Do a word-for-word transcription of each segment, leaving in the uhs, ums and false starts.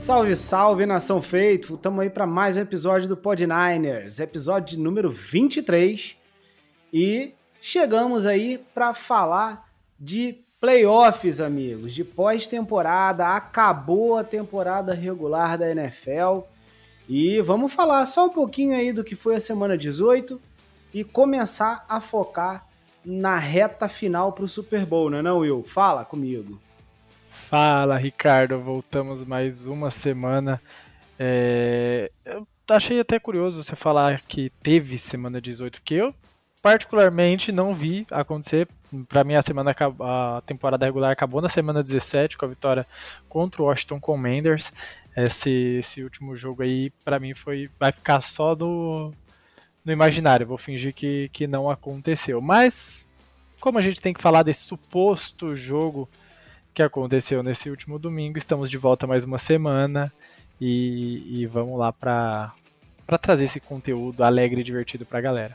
Salve, salve, nação feito! Estamos aí para mais um episódio do Pod Niners, episódio número vinte e três, e chegamos aí para falar de playoffs, amigos, de pós-temporada. Acabou a temporada regular da N F L e vamos falar só um pouquinho aí do que foi a semana dezoito e começar a focar na reta final para o Super Bowl, não é não, Will? Fala comigo. Fala, Ricardo, voltamos mais uma semana. É... Eu achei até curioso você falar que teve semana dezoito, porque eu particularmente não vi acontecer. Para mim a semana a temporada regular acabou na semana dezessete com a vitória contra o Washington Commanders. Esse, esse último jogo aí para mim foi vai ficar só no, no imaginário. Vou fingir que, que não aconteceu. Mas como a gente tem que falar desse suposto jogo que aconteceu nesse último domingo, estamos de volta mais uma semana e, e vamos lá para trazer esse conteúdo alegre e divertido para a galera.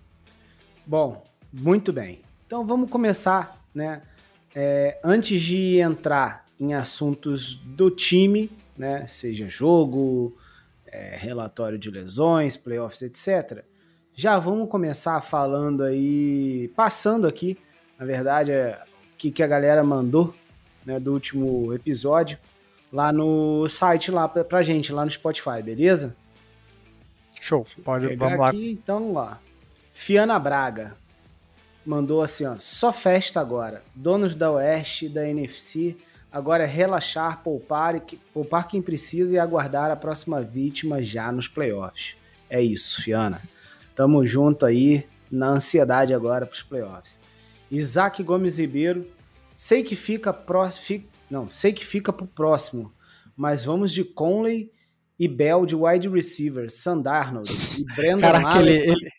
Bom, muito bem. Então vamos começar, né? É, antes de entrar em assuntos do time, né? Seja jogo, é, relatório de lesões, playoffs, etcétera. Já vamos começar falando aí, passando aqui, na verdade, é, o que, que a galera mandou, né, do último episódio, lá no site, lá pra, pra gente, lá no Spotify, beleza? Show, pode, vamos lá. Aqui, então vamos lá. Fiana Braga mandou assim, ó, só festa agora. Donos da Oeste e da N F C, agora é relaxar, poupar, e, poupar quem precisa e aguardar a próxima vítima já nos playoffs. É isso, Fiana. Tamo junto aí, na ansiedade agora pros playoffs. Isaac Gomes Ribeiro, sei que fica próximo, não, sei que fica pro próximo, mas vamos de Conley e Bell de wide receiver, Sam Darnold e Brandon Caraca, Allen. ele, ele...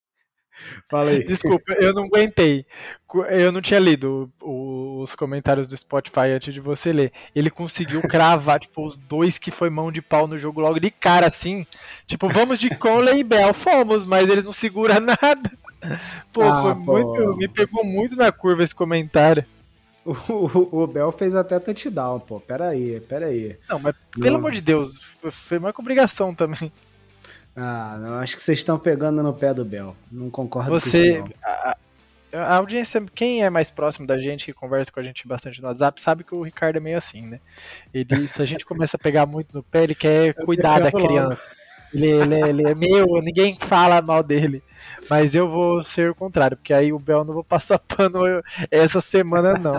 Fala aí. Desculpa, eu não aguentei. Eu não tinha lido os comentários do Spotify antes de você ler. Ele conseguiu cravar, tipo, os dois que foi mão de pau no jogo logo de cara, assim. Tipo, vamos de Conley e Bell. Fomos, mas eles não seguram nada. Pô, Ah, foi pô. muito... Me pegou muito na curva esse comentário. O, o, o Bell fez até touchdown, pô. Pera aí, pera aí. Não, mas pelo Não. amor de Deus, foi mais com obrigação também. Ah, não, acho que vocês estão pegando no pé do Bell. Não concordo Você, com isso, não. a, a audiência, quem é mais próximo da gente, que conversa com a gente bastante no WhatsApp, sabe que o Ricardo é meio assim, né? Ele, se a gente começa a pegar muito no pé, ele quer Eu cuidar da defendo logo. criança. Ele, ele, é- ele é meu, ninguém fala mal dele. Mas eu vou ser o contrário, porque aí o Bel não vou passar pano eu- essa semana, não.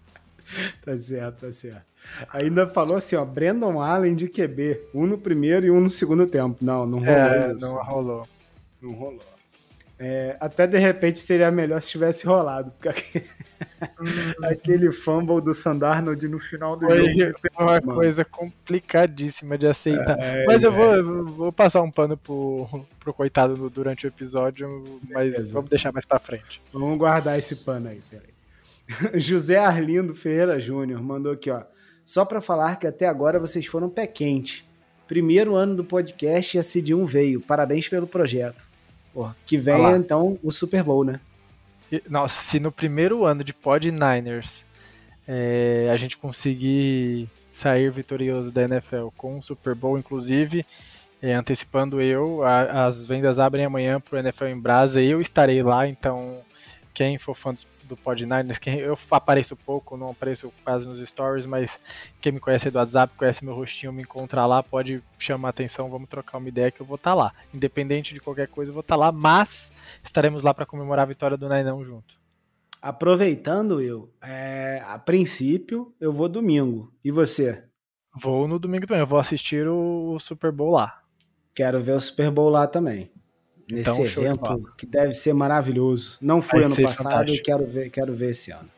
Tá certo, tá certo. Ainda falou assim, ó, Brandon Allen de Q B, um no primeiro e um no segundo tempo. Não, não rolou É, isso. não rolou. Não rolou. É, até de repente seria melhor se tivesse rolado, porque aquele, aquele fumble do Sam Darnold no final do Foi jogo. uma mano. coisa complicadíssima de aceitar. É, mas eu é. vou, eu vou passar um pano pro, pro coitado no- durante o episódio, mas Beleza. vamos deixar mais pra frente. Vamos guardar esse pano aí, peraí. José Arlindo Ferreira Júnior mandou aqui, ó. Só pra falar que até agora vocês foram pé quente. Primeiro ano do podcast e a C D um veio. Parabéns pelo projeto. Porra, que Olha venha lá. então o Super Bowl, né? E, Nossa, se no primeiro ano de Pod Niners é, a gente conseguir sair vitorioso da N F L com o Super Bowl, inclusive, é, antecipando eu, a- as vendas abrem amanhã pro N F L em Brasa, eu estarei lá, então quem for fã dos- do Pod Niners, quem, eu apareço pouco, não apareço quase nos stories, mas quem me conhece do WhatsApp, conhece meu rostinho, me encontra lá, pode chamar a atenção, vamos trocar uma ideia que eu vou estar lá. Independente de qualquer coisa, eu vou estar lá, mas estaremos lá para comemorar a vitória do Nainão junto. Aproveitando, eu, é, a princípio, eu vou domingo. E você? Vou no domingo também, eu vou assistir o, o Super Bowl lá. Quero ver o Super Bowl lá também. Nesse Então, show de evento bola. que deve ser maravilhoso. Não fui Vai ano ser passado e fantástico. quero ver, quero ver esse ano.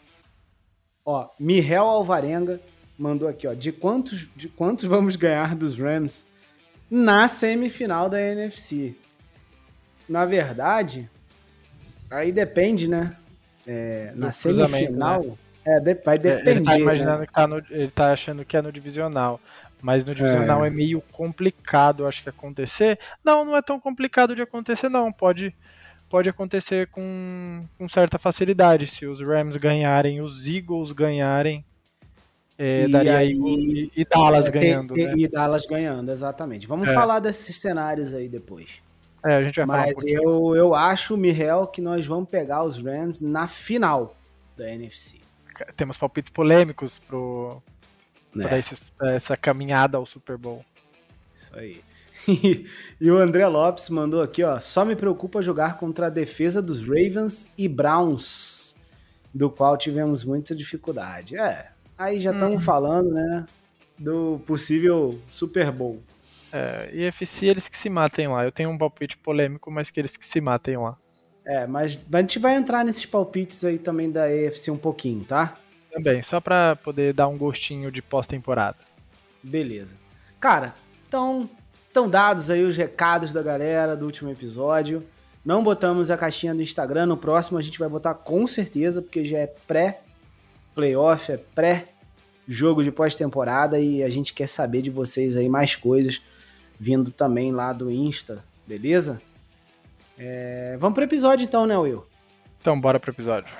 Ó, Mihel Alvarenga mandou aqui, ó. De quantos, de quantos vamos ganhar dos Rams na semifinal da N F C? Na verdade, aí depende, né? É, na Do cruzamento, semifinal, é, de- vai É, depender. ele tá imaginando né? que tá no, ele tá achando que é no divisional. Mas no divisional é, meio complicado, acho que acontecer. Não, não é tão complicado de acontecer, não. Pode, pode acontecer com, com certa facilidade. Se os Rams ganharem, os Eagles ganharem, É, E daria aí, aí, e, e Dallas é, ganhando, ter, né? ter, e Dallas ganhando, exatamente. Vamos É. falar desses cenários aí depois. É, a gente vai falar um Mas pouquinho. eu, eu acho, Michel, que nós vamos pegar os Rams na final da N F C. Temos palpites polêmicos pro, É. pra esse, essa caminhada ao Super Bowl. Isso aí. E o André Lopes mandou aqui, ó. Só me preocupa jogar contra a defesa dos Ravens e Browns, do qual tivemos muita dificuldade. É, aí já estamos hum. falando, né, do possível Super Bowl. É, e F C eles que se matem lá. Eu tenho um palpite polêmico, mas que eles que se matem lá. É, mas a gente vai entrar nesses palpites aí também da A F C um pouquinho, tá? Também, só pra poder dar um gostinho de pós-temporada. Beleza. Cara, então, estão dados aí os recados da galera do último episódio. Não botamos a caixinha do Instagram, no próximo a gente vai botar com certeza, porque já é pré-playoff, é pré-jogo de pós-temporada e a gente quer saber de vocês aí mais coisas vindo também lá do Insta, beleza? É, vamos pro episódio então, né, Will? Então, bora pro episódio.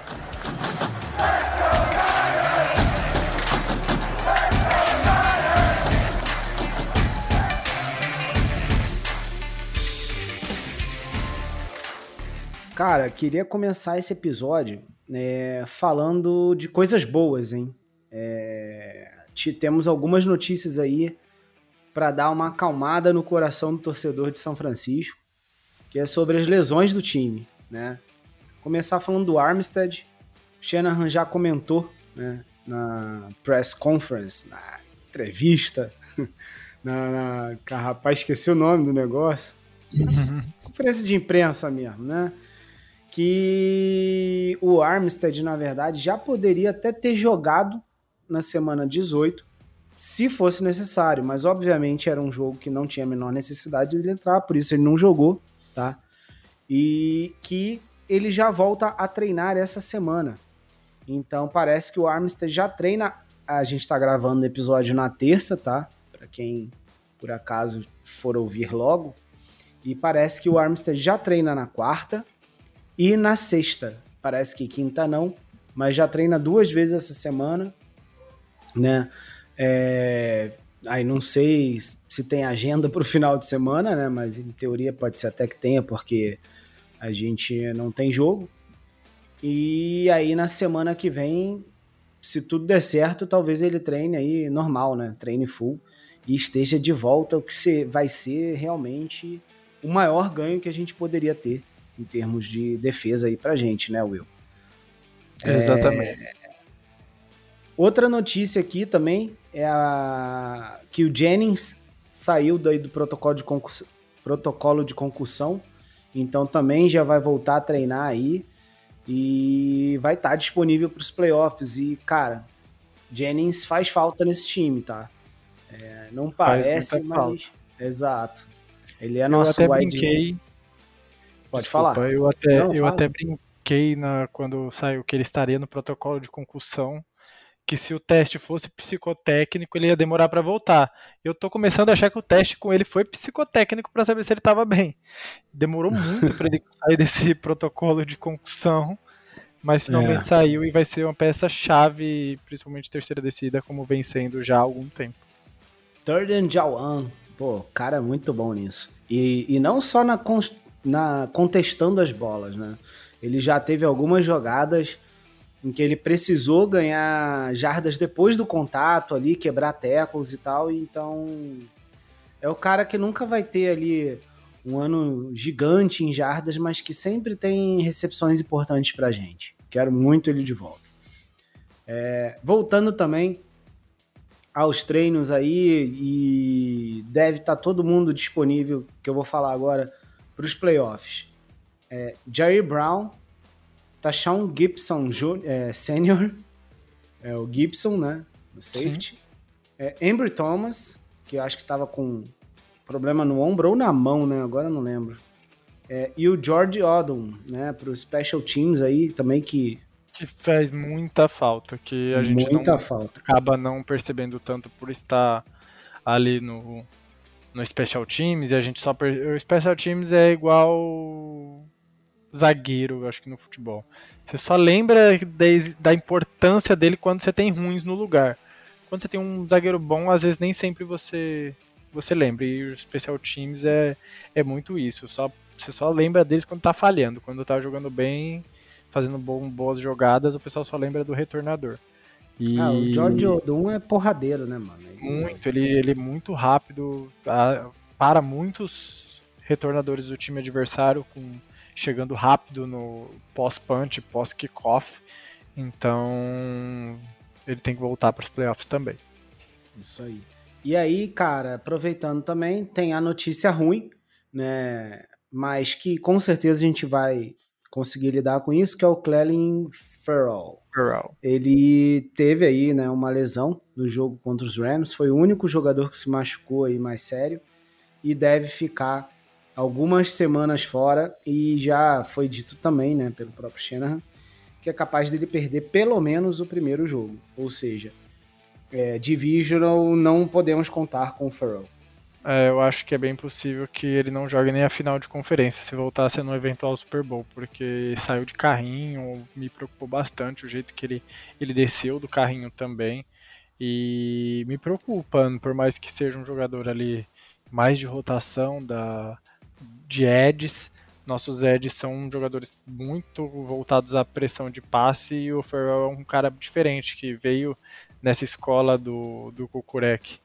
Cara, queria começar esse episódio é, falando de coisas boas, hein? É, temos algumas notícias aí para dar uma acalmada no coração do torcedor de São Francisco, que é sobre as lesões do time, né? Começar falando do Armstead. Shanahan já comentou, né, na press conference, na entrevista, na, na, rapaz, esqueci o nome do negócio, conferência de imprensa mesmo, né? Que o Armstead, na verdade, já poderia até ter jogado na semana dezoito, se fosse necessário, mas obviamente era um jogo que não tinha a menor necessidade de ele entrar, por isso ele não jogou, tá? E que ele já volta a treinar essa semana. Então parece que o Armstead já treina, a gente tá gravando o episódio na terça, tá? Para quem por acaso for ouvir logo. E parece que o Armstead já treina na quarta e na sexta. Parece que quinta não, mas já treina duas vezes essa semana, né? É... Aí não sei se tem agenda para o final de semana, né? Mas em teoria pode ser até que tenha, porque a gente não tem jogo. E aí na semana que vem, se tudo der certo, talvez ele treine aí normal, né? Treine full e esteja de volta, o que vai ser realmente o maior ganho que a gente poderia ter em termos de defesa aí pra gente, né, Will? Exatamente. É... Outra notícia aqui também é a... que o Jennings saiu daí do protocolo de, concurs... protocolo de concussão, então também já vai voltar a treinar aí e vai estar disponível para os playoffs. E, cara, Jennings faz falta nesse time, tá? É, não parece, mas... Falta. Exato. Ele é eu nosso até wide... brinquei... Pode Desculpa, falar. Eu até, não, eu fala. até brinquei na, quando saiu que ele estaria no protocolo de concussão, que se o teste fosse psicotécnico, ele ia demorar para voltar. Eu tô começando a achar que o teste com ele foi psicotécnico para saber se ele estava bem. Demorou muito para ele sair desse protocolo de concussão, mas finalmente é. saiu e vai ser uma peça-chave, principalmente terceira descida, como vem sendo já há algum tempo. Third and Jawan, pô, cara muito bom nisso. E, e não só na, na contestando as bolas, né? Ele já teve algumas jogadas em que ele precisou ganhar jardas depois do contato ali, quebrar tackles e tal, e então é o cara que nunca vai ter ali um ano gigante em jardas, mas que sempre tem recepções importantes pra gente. Quero muito ele de volta. É, voltando também aos treinos aí, e deve estar todo mundo disponível, que eu vou falar agora, para os playoffs. É, Jerry Brown, Tashaun Gibson é, Sênior, é o Gibson, né, no safety. É, Ambry Thomas, que eu acho que estava com problema no ombro ou na mão, né, agora eu não lembro. É, e o George Odom, né, para os special teams aí também, que... Que faz muita falta, que a gente muita não falta. acaba não percebendo tanto por estar ali no, no special teams, e a gente só... Per... O special teams é igual... zagueiro, eu acho que no futebol. Você só lembra de, da importância dele quando você tem ruins no lugar. quando você tem um zagueiro bom, às vezes nem sempre você, você lembra. E os Special Teams é, é muito isso. Só, você só lembra deles quando tá falhando. Quando tá jogando bem, fazendo bom, boas jogadas, o pessoal só lembra do retornador. Ah, o George E Odum é porradeiro, né, mano? Ele é... muito, ele, ele é muito rápido, a- para muitos retornadores do time adversário, com, chegando rápido no pós-punch, pós-kickoff. Então, ele tem que voltar para os playoffs também. Isso aí. E aí, cara, aproveitando também, tem a notícia ruim, né? Mas que com certeza a gente vai conseguir lidar com isso, que é o Clelin Ferrell. Corral. Ele teve aí, né, uma lesão no jogo contra os Rams, foi o único jogador que se machucou aí mais sério e deve ficar algumas semanas fora, e já foi dito também, né, pelo próprio Shanahan, que é capaz dele perder pelo menos o primeiro jogo. Ou seja, é, Divisional não podemos contar com o Ferrell. É, eu acho que é bem possível que ele não jogue nem a final de conferência se voltasse no eventual Super Bowl, porque saiu de carrinho, me preocupou bastante o jeito que ele, ele desceu do carrinho também. E me preocupa, por mais que seja um jogador ali mais de rotação da, de edges, nossos edges são jogadores muito voltados à pressão de passe e o Ferrell é um cara diferente que veio nessa escola do, do Kukurek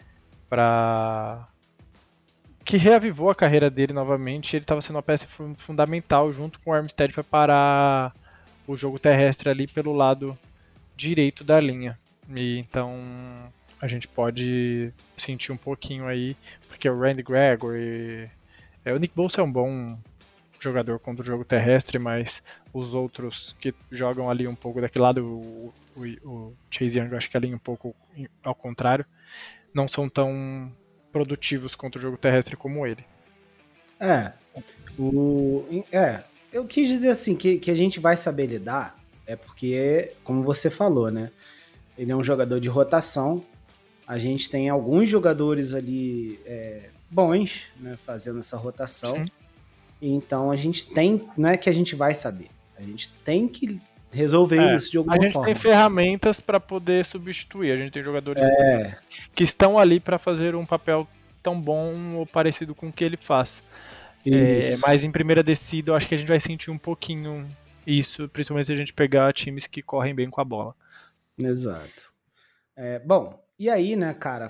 para que reavivou a carreira dele novamente. Ele estava sendo uma peça fundamental junto com o Armstead para parar o jogo terrestre ali pelo lado direito da linha. E então a gente pode sentir um pouquinho aí, porque o Randy Gregory, é, o Nick Bosa é um bom jogador contra o jogo terrestre, mas os outros que jogam ali um pouco daquele lado, o, o, o Chase Young, eu acho que ali um pouco ao contrário, não são tão produtivos contra o jogo terrestre como ele. É, o, é eu quis dizer assim, que, que a gente vai saber lidar, é porque, como você falou, né, ele é um jogador de rotação, a gente tem alguns jogadores ali é, bons, né, fazendo essa rotação, Sim. Então a gente tem, não é que a gente vai saber, a gente tem que resolver é, isso de alguma forma. A gente forma. tem ferramentas para poder substituir, a gente tem jogadores é. que estão ali para fazer um papel tão bom ou parecido com o que ele faz. É, mas em primeira descida eu acho que a gente vai sentir um pouquinho isso, principalmente se a gente pegar times que correm bem com a bola. Exato. É, bom, e aí, né, cara,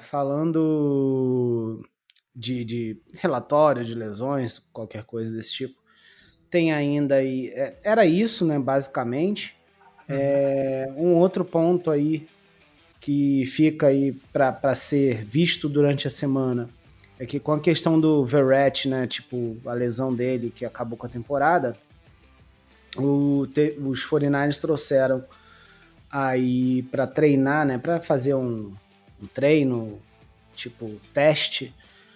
falando de, de relatório de lesões, qualquer coisa desse tipo, tem ainda aí, é, era isso, né, basicamente. Uhum. É, um outro ponto aí que fica aí para ser visto durante a semana é que com a questão do Verrett, né, tipo, a lesão dele que acabou com a temporada, o, te, os quarenta e nine ers trouxeram aí para treinar, né, para fazer um, um treino, tipo, teste,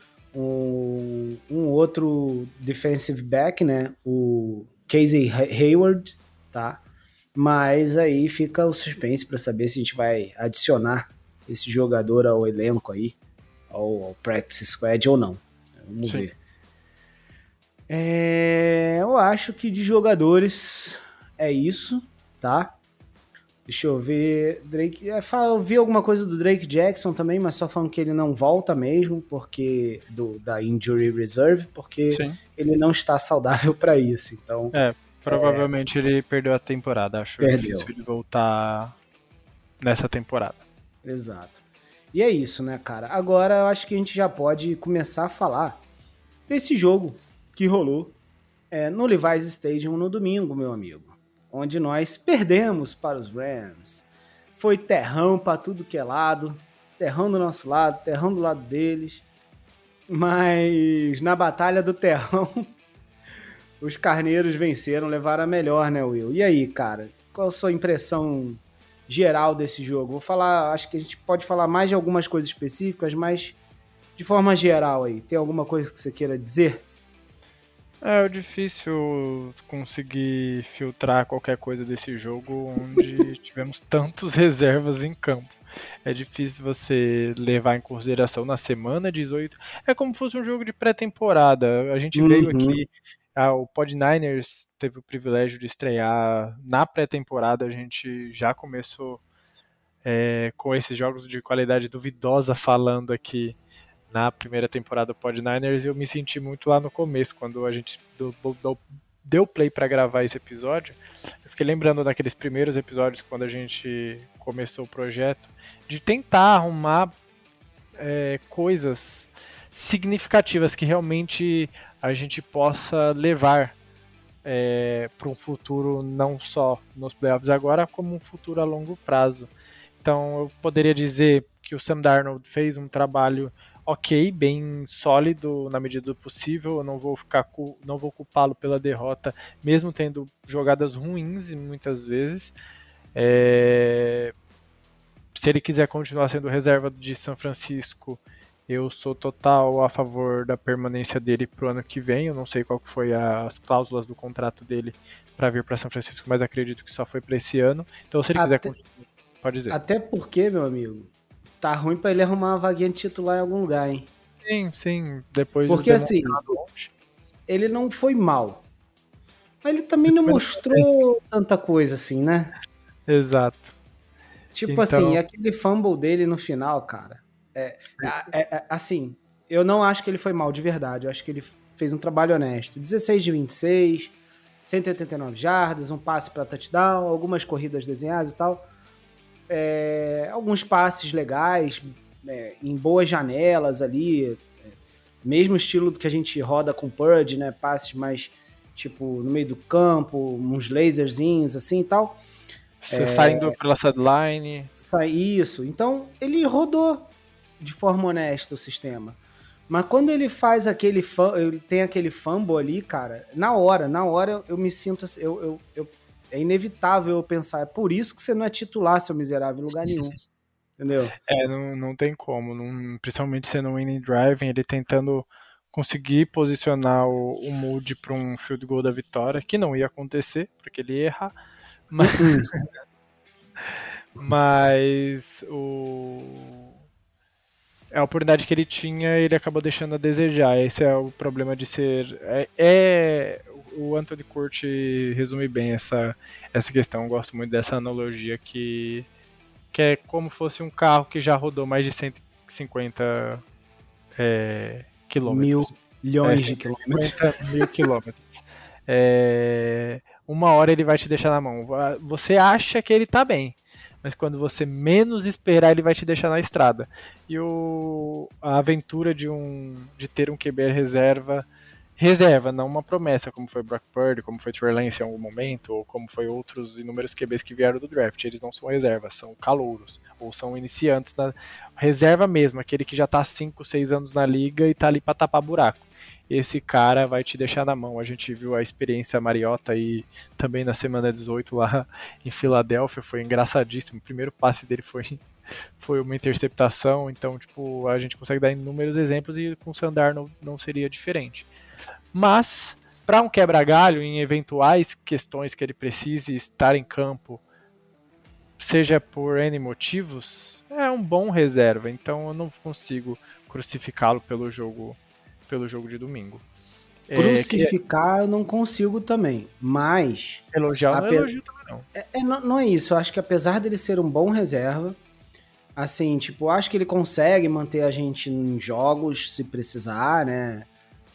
um, um outro defensive back, né, o Casey Hayward, tá? Mas aí fica o suspense para saber se a gente vai adicionar esse jogador ao elenco aí, ao, ao practice squad ou não. Vamos Sim. ver. É, eu acho que de jogadores é isso, tá? Deixa eu ver. Drake. Eu vi alguma coisa do Drake Jackson também, mas só falando que ele não volta mesmo, porque do, da Injury Reserve, porque Sim. ele não está saudável para isso. Então. É, provavelmente é... ele perdeu a temporada. Acho perdeu. difícil ele voltar nessa temporada. Exato. E é isso, né, cara? Agora eu acho que a gente já pode começar a falar desse jogo que rolou é, no Levi's Stadium no domingo, meu amigo. Onde nós perdemos para os Rams. Foi terrão para tudo que é lado, terrão do nosso lado, terrão do lado deles, mas na batalha do terrão, os carneiros venceram, levaram a melhor, né, Will? E aí, cara, qual a sua impressão geral desse jogo? Vou falar, acho que a gente pode falar mais de algumas coisas específicas, mas de forma geral aí, tem alguma coisa que você queira dizer? É difícil conseguir filtrar qualquer coisa desse jogo onde tivemos tantos reservas em campo. É difícil você levar em consideração na semana dezoito. É como se fosse um jogo de pré-temporada. A gente uhum. veio aqui, ah, o Pod Niners teve o privilégio de estrear na pré-temporada. A gente já começou é, com esses jogos de qualidade duvidosa falando aqui na primeira temporada do Pod Niners, eu me senti muito lá no começo, quando a gente do, do, deu play para gravar esse episódio. Eu fiquei lembrando daqueles primeiros episódios, quando a gente começou o projeto, de tentar arrumar é, coisas significativas que realmente a gente possa levar é, para um futuro, não só nos playoffs agora, como um futuro a longo prazo. Então eu poderia dizer que o Sam Darnold fez um trabalho ok, bem sólido na medida do possível. Eu não vou ficar não vou culpá-lo pela derrota, mesmo tendo jogadas ruins muitas vezes. É... Se ele quiser continuar sendo reserva de São Francisco, eu sou total a favor da permanência dele pro ano que vem. Eu não sei qual que foi as cláusulas do contrato dele para vir para São Francisco, mas acredito que só foi para esse ano. Então, se ele até, quiser continuar, pode dizer. Até porque, meu amigo, tá ruim para ele arrumar uma vaguinha de titular em algum lugar, hein? Sim, sim. Depois porque de assim, ele não foi mal, mas ele também não mostrou tanta coisa assim, né? Exato. Tipo então... assim, aquele fumble dele no final, cara, é, é, é, assim, eu não acho que ele foi mal de verdade, eu acho que ele fez um trabalho honesto. dezesseis de vinte e seis, cento e oitenta e nove jardas, um passe para touchdown, algumas corridas desenhadas e tal, é, alguns passes legais, é, em boas janelas ali, é, mesmo estilo do que a gente roda com o Purdy, né, passes mais, tipo, no meio do campo, uns laserzinhos assim e tal. Você é, saindo pela sideline. Isso. Então, ele rodou de forma honesta o sistema. Mas quando ele faz aquele ele tem aquele fumble ali, cara, na hora, na hora eu me sinto assim, eu, eu, eu, é inevitável eu pensar, é por isso que você não é titular, seu miserável, em lugar nenhum. Entendeu? É, não, não tem como. Não, principalmente sendo um winning driving, ele tentando conseguir posicionar o, o Moody para um field goal da vitória, que não ia acontecer, porque ele ia errar. Mas, mas o... a oportunidade que ele tinha, ele acabou deixando a desejar. Esse é o problema de ser... É, é... O Anthony Curti resume bem essa, essa questão. Eu gosto muito dessa analogia que, que é como fosse um carro que já rodou mais de cento e cinquenta é, quilômetros. Milhões é, de quilômetros. Mil quilômetros. É... Uma hora ele vai te deixar na mão. Você acha que ele tá bem, mas quando você menos esperar, ele vai te deixar na estrada. E o, a aventura de, um, de ter um Q B reserva, reserva, não uma promessa, como foi Brock Purdy, como foi Trey Lance em algum momento, ou como foi outros inúmeros Q Bs que vieram do draft. Eles não são reservas, são calouros, ou são iniciantes na reserva mesmo, aquele que já tá há cinco, seis anos na liga e tá ali para tapar buraco. Esse cara vai te deixar na mão. A gente viu a experiência Mariota aí também na semana dezoito lá em Filadélfia, foi engraçadíssimo. O primeiro passe dele foi, foi uma interceptação, então tipo, a gente consegue dar inúmeros exemplos e com o Sandar não, não seria diferente. Mas, para um quebra-galho, em eventuais questões que ele precise estar em campo, seja por N motivos, é um bom reserva, então eu não consigo crucificá-lo pelo jogo pelo jogo de domingo. Crucificar é, que... eu não consigo também, mas... Elogiar não é elogio também não. É, é, não. Não é isso, eu acho que apesar dele ser um bom reserva, assim, tipo, acho que ele consegue manter a gente em jogos se precisar, né?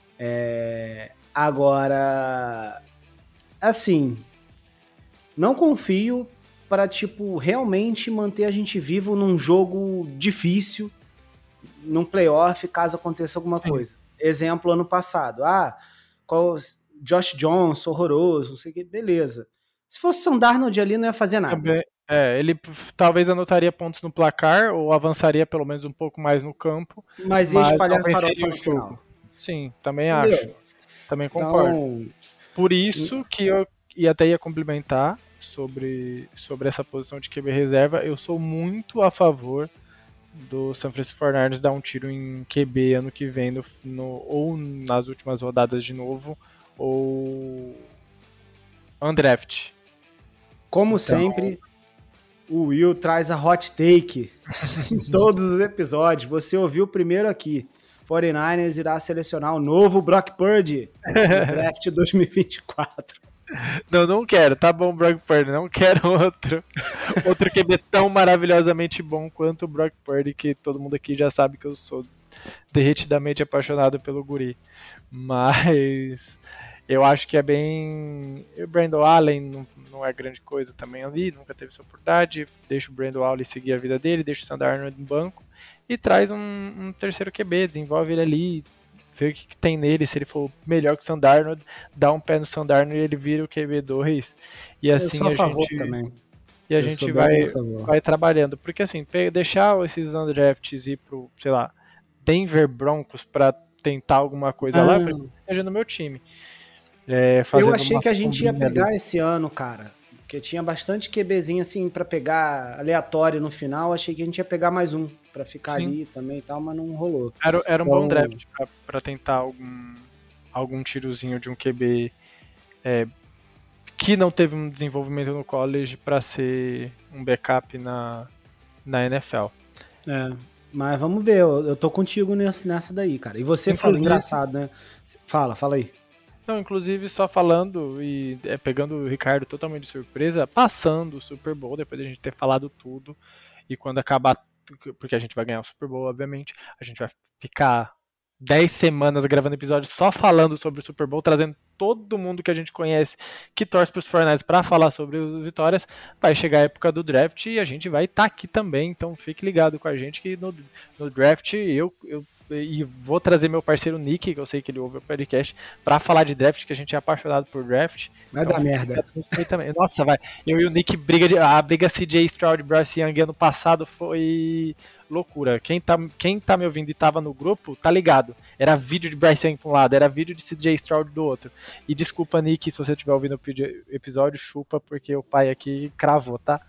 É, agora, assim, não confio para, tipo, realmente manter a gente vivo num jogo difícil, num playoff, caso aconteça alguma coisa. Sim. Exemplo, ano passado. Ah, qual, Josh Johnson, horroroso, não sei o que, beleza. Se fosse o Sam Darnold ali, não ia fazer nada. Também, é, ele talvez anotaria pontos no placar, ou avançaria pelo menos um pouco mais no campo. Mas ia espalhar farofa no final. Sim, também Entendeu? acho. Também concordo. Então... Por isso que eu e até ia complementar sobre, sobre essa posição de Q B reserva, eu sou muito a favor do San Francisco forty-niners dar um tiro em Q B ano que vem, no, no, ou nas últimas rodadas de novo, ou undraft. Como então... sempre, o Will traz a hot take em todos os episódios. Você ouviu primeiro aqui. forty-niners irá selecionar o novo Brock Purdy no draft dois mil e vinte e quatro. Não, não quero. Tá bom, Brock Purdy. Não quero outro. Outro Q B tão maravilhosamente bom quanto o Brock Purdy, que todo mundo aqui já sabe que eu sou derretidamente apaixonado pelo guri. Mas eu acho que é bem... O Brandon Allen não, não é grande coisa também ali, nunca teve essa oportunidade. Deixa o Brandon Allen seguir a vida dele, deixa o Sam Darnold no banco e traz um, um terceiro Q B, desenvolve ele ali, vê o que, que tem nele, se ele for melhor que o Sam Darnold, dá um pé no Sam Darnold e ele vira o Q B dois. E assim eu sou a, a favor gente... também. E a eu gente vai, a vai trabalhando. Porque assim, deixar esses undrafts ir pro, sei lá, Denver Broncos pra tentar alguma coisa ah. lá, eu preciso que esteja no meu time. É, eu achei que a gente ia pegar ali esse ano, cara. Porque tinha bastante QBzinho assim pra pegar aleatório no final. Achei que a gente ia pegar mais um pra ficar Sim. ali também e tal, mas não rolou. Era, era um então... bom draft pra, pra tentar algum, algum tirozinho de um Q B é, que não teve um desenvolvimento no college pra ser um backup na, na N F L. É, mas vamos ver, eu, eu tô contigo nessa, nessa daí, cara. E você Inclusive, fala, engraçado, né? Fala, fala aí. Não, inclusive, só falando e é, pegando o Ricardo totalmente de surpresa, passando o Super Bowl, depois de a gente ter falado tudo, e quando acabar, porque a gente vai ganhar o Super Bowl, obviamente, a gente vai ficar dez semanas gravando episódios só falando sobre o Super Bowl, trazendo todo mundo que a gente conhece que torce para os forty-niners para falar sobre as vitórias. Vai chegar a época do draft e a gente vai estar tá aqui também, então fique ligado com a gente que no, no draft eu, eu e vou trazer meu parceiro Nick, que eu sei que ele ouve o podcast, pra falar de draft, que a gente é apaixonado por draft. Vai então, dar merda. Também. Nossa, vai. Eu e o Nick, briga de, a briga C J Stroud e Bryce Young ano passado foi loucura. Quem tá, quem tá me ouvindo e tava no grupo, tá ligado. Era vídeo de Bryce Young pra um lado, era vídeo de C J Stroud do outro. E desculpa, Nick, se você estiver ouvindo o episódio, chupa, porque o pai aqui cravou, tá?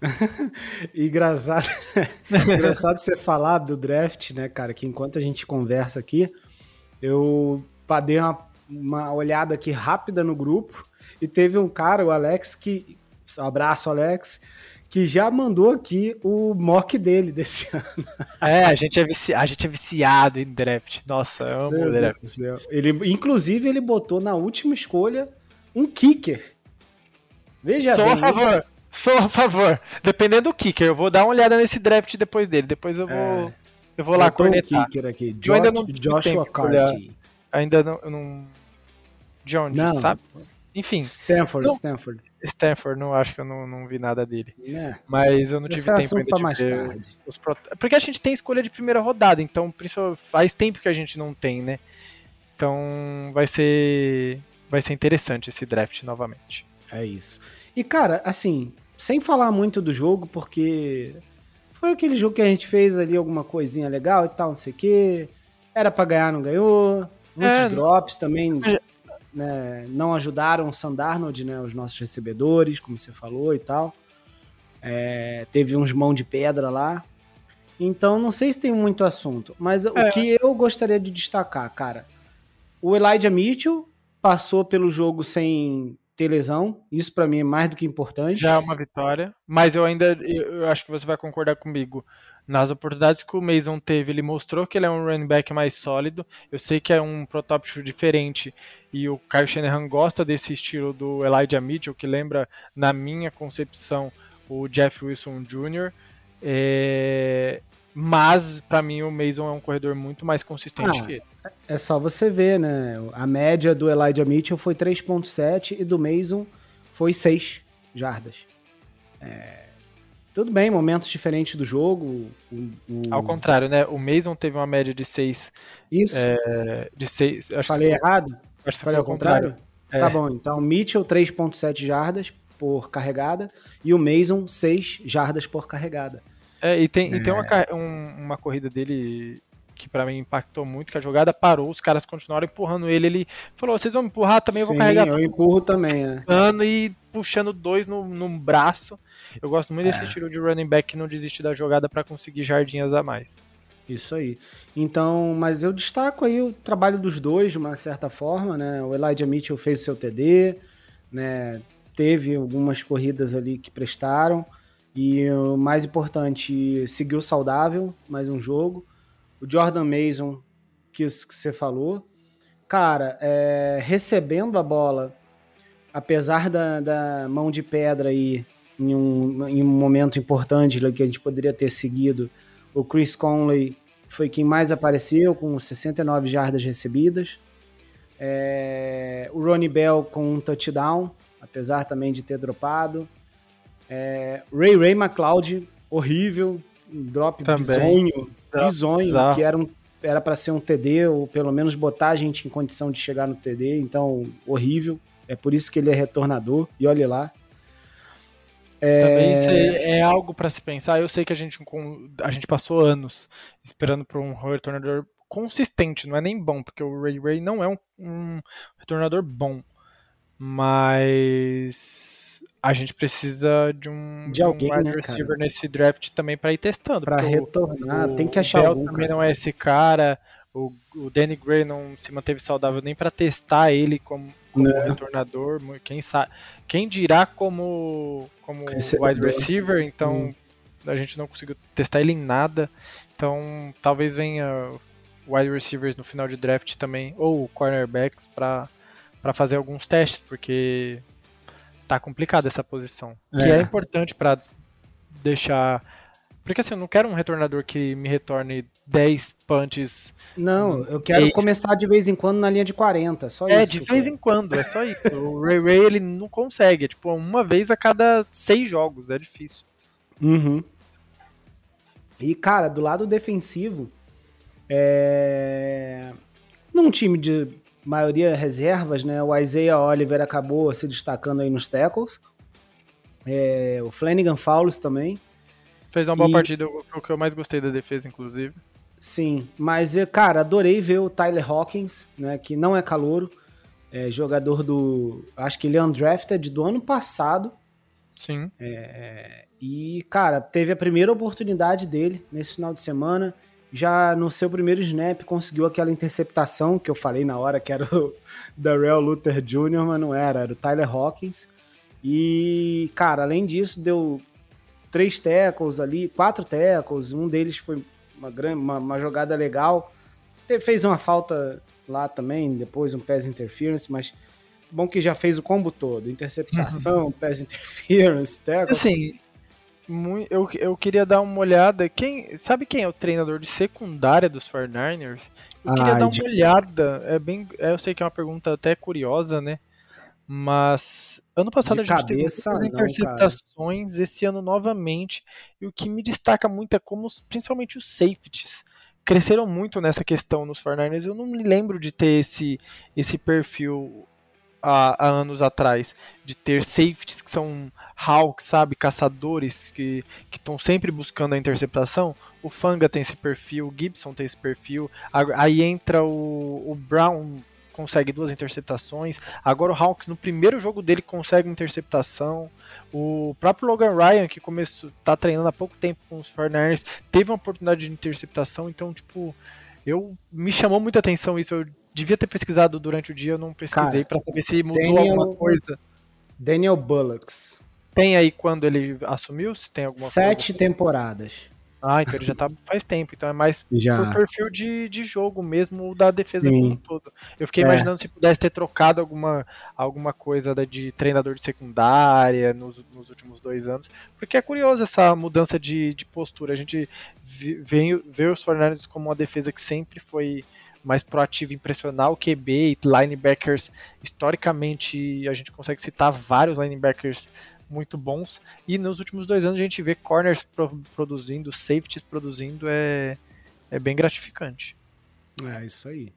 engraçado engraçado você falar do draft, né, cara, que enquanto a gente conversa aqui, eu dei uma, uma olhada aqui rápida no grupo e teve um cara, o Alex, que abraço Alex, que já mandou aqui o mock dele desse ano. É, a gente é, vici... a gente é viciado em draft, nossa, eu amo o draft. Ele, inclusive ele botou na última escolha um kicker. Veja Sou bem, a favor. Ele... Sou a favor. Dependendo do kicker, eu vou dar uma olhada nesse draft depois dele. Depois eu vou, é, eu vou lá cornetar. Um kicker aqui. Eu ainda não Joshua Carty. Ainda não, eu não. De onde, não. sabe? Enfim. Stanford, não, Stanford. Stanford, não acho que eu não, não vi nada dele. É. Mas eu não tive Esse tempo ainda de mais ver tarde. Os pro... Porque a gente tem escolha de primeira rodada, então faz tempo que a gente não tem, né? Então vai ser vai ser interessante esse draft novamente. É isso. E cara, assim, sem falar muito do jogo, porque foi aquele jogo que a gente fez ali alguma coisinha legal e tal, não sei o quê. Era pra ganhar, não ganhou. Muitos é, drops também é. né, não ajudaram o Sam Darnold, né, os nossos recebedores, como você falou e tal. É, teve uns mão de pedra lá. Então, não sei se tem muito assunto. Mas é. o que eu gostaria de destacar, cara, o Elijah Mitchell passou pelo jogo sem... ter lesão, isso pra mim é mais do que importante. Já é uma vitória, mas eu ainda, eu acho que você vai concordar comigo, nas oportunidades que o Mason teve, ele mostrou que ele é um running back mais sólido, eu sei que é um protótipo diferente, e o Kyle Shanahan gosta desse estilo do Elijah Mitchell, que lembra, na minha concepção, o Jeff Wilson Júnior, é... mas pra mim o Mason é um corredor muito mais consistente ah, que ele. É só você ver, né? A média do Elijah Mitchell foi três ponto sete e do Mason foi seis jardas. É... Tudo bem, momentos diferentes do jogo. O, o... Ao contrário, né? O Mason teve uma média de seis. Isso. É... De seis. Acho Falei que errado? Acho que Falei ao contrário? contrário? É. Tá bom, então Mitchell três ponto sete jardas por carregada e o Mason seis jardas por carregada. É, e tem, é. e tem uma, um, uma corrida dele que pra mim impactou muito, que a jogada parou, os caras continuaram empurrando ele, ele falou, vocês vão me empurrar também, Sim, eu vou carregar. eu empurro também, né? E puxando dois no, no braço. Eu gosto muito é. desse estilo de running back que não desiste da jogada pra conseguir jardinhas a mais. Isso aí. Então, mas eu destaco aí o trabalho dos dois, de uma certa forma, né? O Elijah Mitchell fez o seu T D, né? Teve algumas corridas ali que prestaram. E o mais importante, seguiu saudável, mais um jogo. O Jordan Mason, que você falou. Cara, é, recebendo a bola, apesar da, da mão de pedra aí, em um, em um momento importante que a gente poderia ter seguido, o Chris Conley foi quem mais apareceu, com sessenta e nove jardas recebidas. É, o Ronnie Bell com um touchdown, apesar também de ter dropado. É, Ray Ray McCloud, horrível, um drop Também. bizonho, bizonho, Bizarro. que era um, era para ser um T D, ou pelo menos botar a gente em condição de chegar no T D, então horrível. É por isso que ele é retornador, e olha lá. É... Também isso aí é algo para se pensar. Eu sei que a gente, a gente passou anos esperando por um retornador consistente, não é nem bom, porque o Ray Ray não é um, um retornador bom, mas a gente precisa de um, de alguém, de um wide né, receiver cara? nesse draft também para ir testando. Para retornar, o, tem que o achar Bell algum, também cara. não é esse cara. O, o Danny Gray não se manteve saudável nem para testar ele como, como retornador. Quem sabe, quem dirá como, como wide receiver, então hum. a gente não conseguiu testar ele em nada. Então talvez venha wide receivers no final de draft também, ou cornerbacks para para fazer alguns testes, porque tá complicada essa posição. É. Que é importante para deixar. Porque assim, eu não quero um retornador que me retorne dez punts. Não, eu quero dez. Começar de vez em quando na linha de quarenta, só é, isso. É, de vez em quando, é só isso. O Ray Ray, ele não consegue, é tipo uma vez a cada seis jogos, é difícil. Uhum. E, cara, do lado defensivo, é... num time de maioria reservas, né, o Isaiah Oliver acabou se destacando aí nos tackles. É... O Flanagan Fowles também. Fez uma boa e... partida, o que eu mais gostei da defesa, inclusive. Sim, mas, cara, adorei ver o Tyler Hawkins, né, que não é calouro, é jogador do... acho que ele é undrafted do ano passado. Sim. É, e, cara, teve a primeira oportunidade dele nesse final de semana. Já no seu primeiro snap conseguiu aquela interceptação que eu falei na hora que era o Darrell Luther Júnior, mas não era, era o Tyler Hawkins. E, cara, além disso, deu três tackles ali, quatro tackles, um deles foi uma, grande, uma, uma jogada legal. Fez uma falta lá também, depois um pass interference, mas bom que já fez o combo todo, interceptação, pass interference, tackle. Assim, eu, eu queria dar uma olhada, quem, sabe quem é o treinador de secundária dos forty-niners? Eu queria Ai, dar uma de... olhada, é bem, eu sei que é uma pergunta até curiosa, né? Mas ano passado de a gente cabeça, teve muitas interceptações, não, esse ano novamente, e o que me destaca muito é como, principalmente os safeties, cresceram muito nessa questão nos forty-niners. Eu não me lembro de ter esse, esse perfil há, há anos atrás, de ter safeties que são hawks, sabe, caçadores que estão sempre buscando a interceptação. O Fanga tem esse perfil, o Gibson tem esse perfil, aí entra o, o Brown, consegue duas interceptações. Agora o Hawks no primeiro jogo dele consegue uma interceptação. O próprio Logan Ryan, que começou, tá treinando há pouco tempo com os forty-niners, teve uma oportunidade de interceptação. Então, tipo, eu me chamou muita atenção isso. Eu devia ter pesquisado durante o dia, eu não pesquisei para saber se mudou Daniel, alguma coisa. Daniel Bullocks. Tem aí quando ele assumiu? Se tem alguma Sete coisa? temporadas. Ah, então ele já tá faz tempo, então é mais já. por perfil de, de jogo mesmo da defesa Sim. como um todo. Eu fiquei é. imaginando se pudesse ter trocado alguma, alguma coisa de treinador de secundária nos, nos últimos dois anos, porque é curioso essa mudança de, de postura. A gente vê, vê os forty-niners como uma defesa que sempre foi mais proativa, impressionar o Q B e linebackers. Historicamente, a gente consegue citar vários linebackers muito bons, e nos últimos dois anos a gente vê corners pro, produzindo, safeties produzindo, é, é bem gratificante. É, isso aí.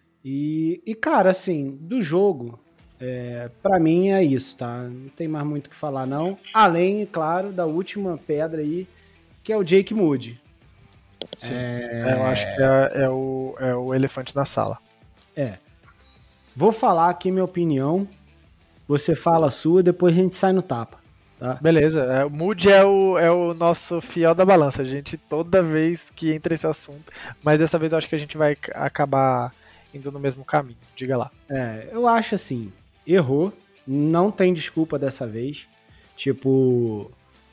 E, e cara, assim, do jogo, é, pra mim é isso, tá? Não tem mais muito o que falar, não. Além, claro, da última pedra aí, que é o Jake Moody. Sim, é... eu acho que é, é, o, é o elefante na sala. É. Vou falar aqui minha opinião, você fala a sua, depois a gente sai no tapa. Tá. Beleza, é, o Moody é o, é o nosso fiel da balança, a gente toda vez que entra esse assunto, mas dessa vez eu acho que a gente vai acabar indo no mesmo caminho, diga lá. É, eu acho assim, errou, não tem desculpa dessa vez, tipo,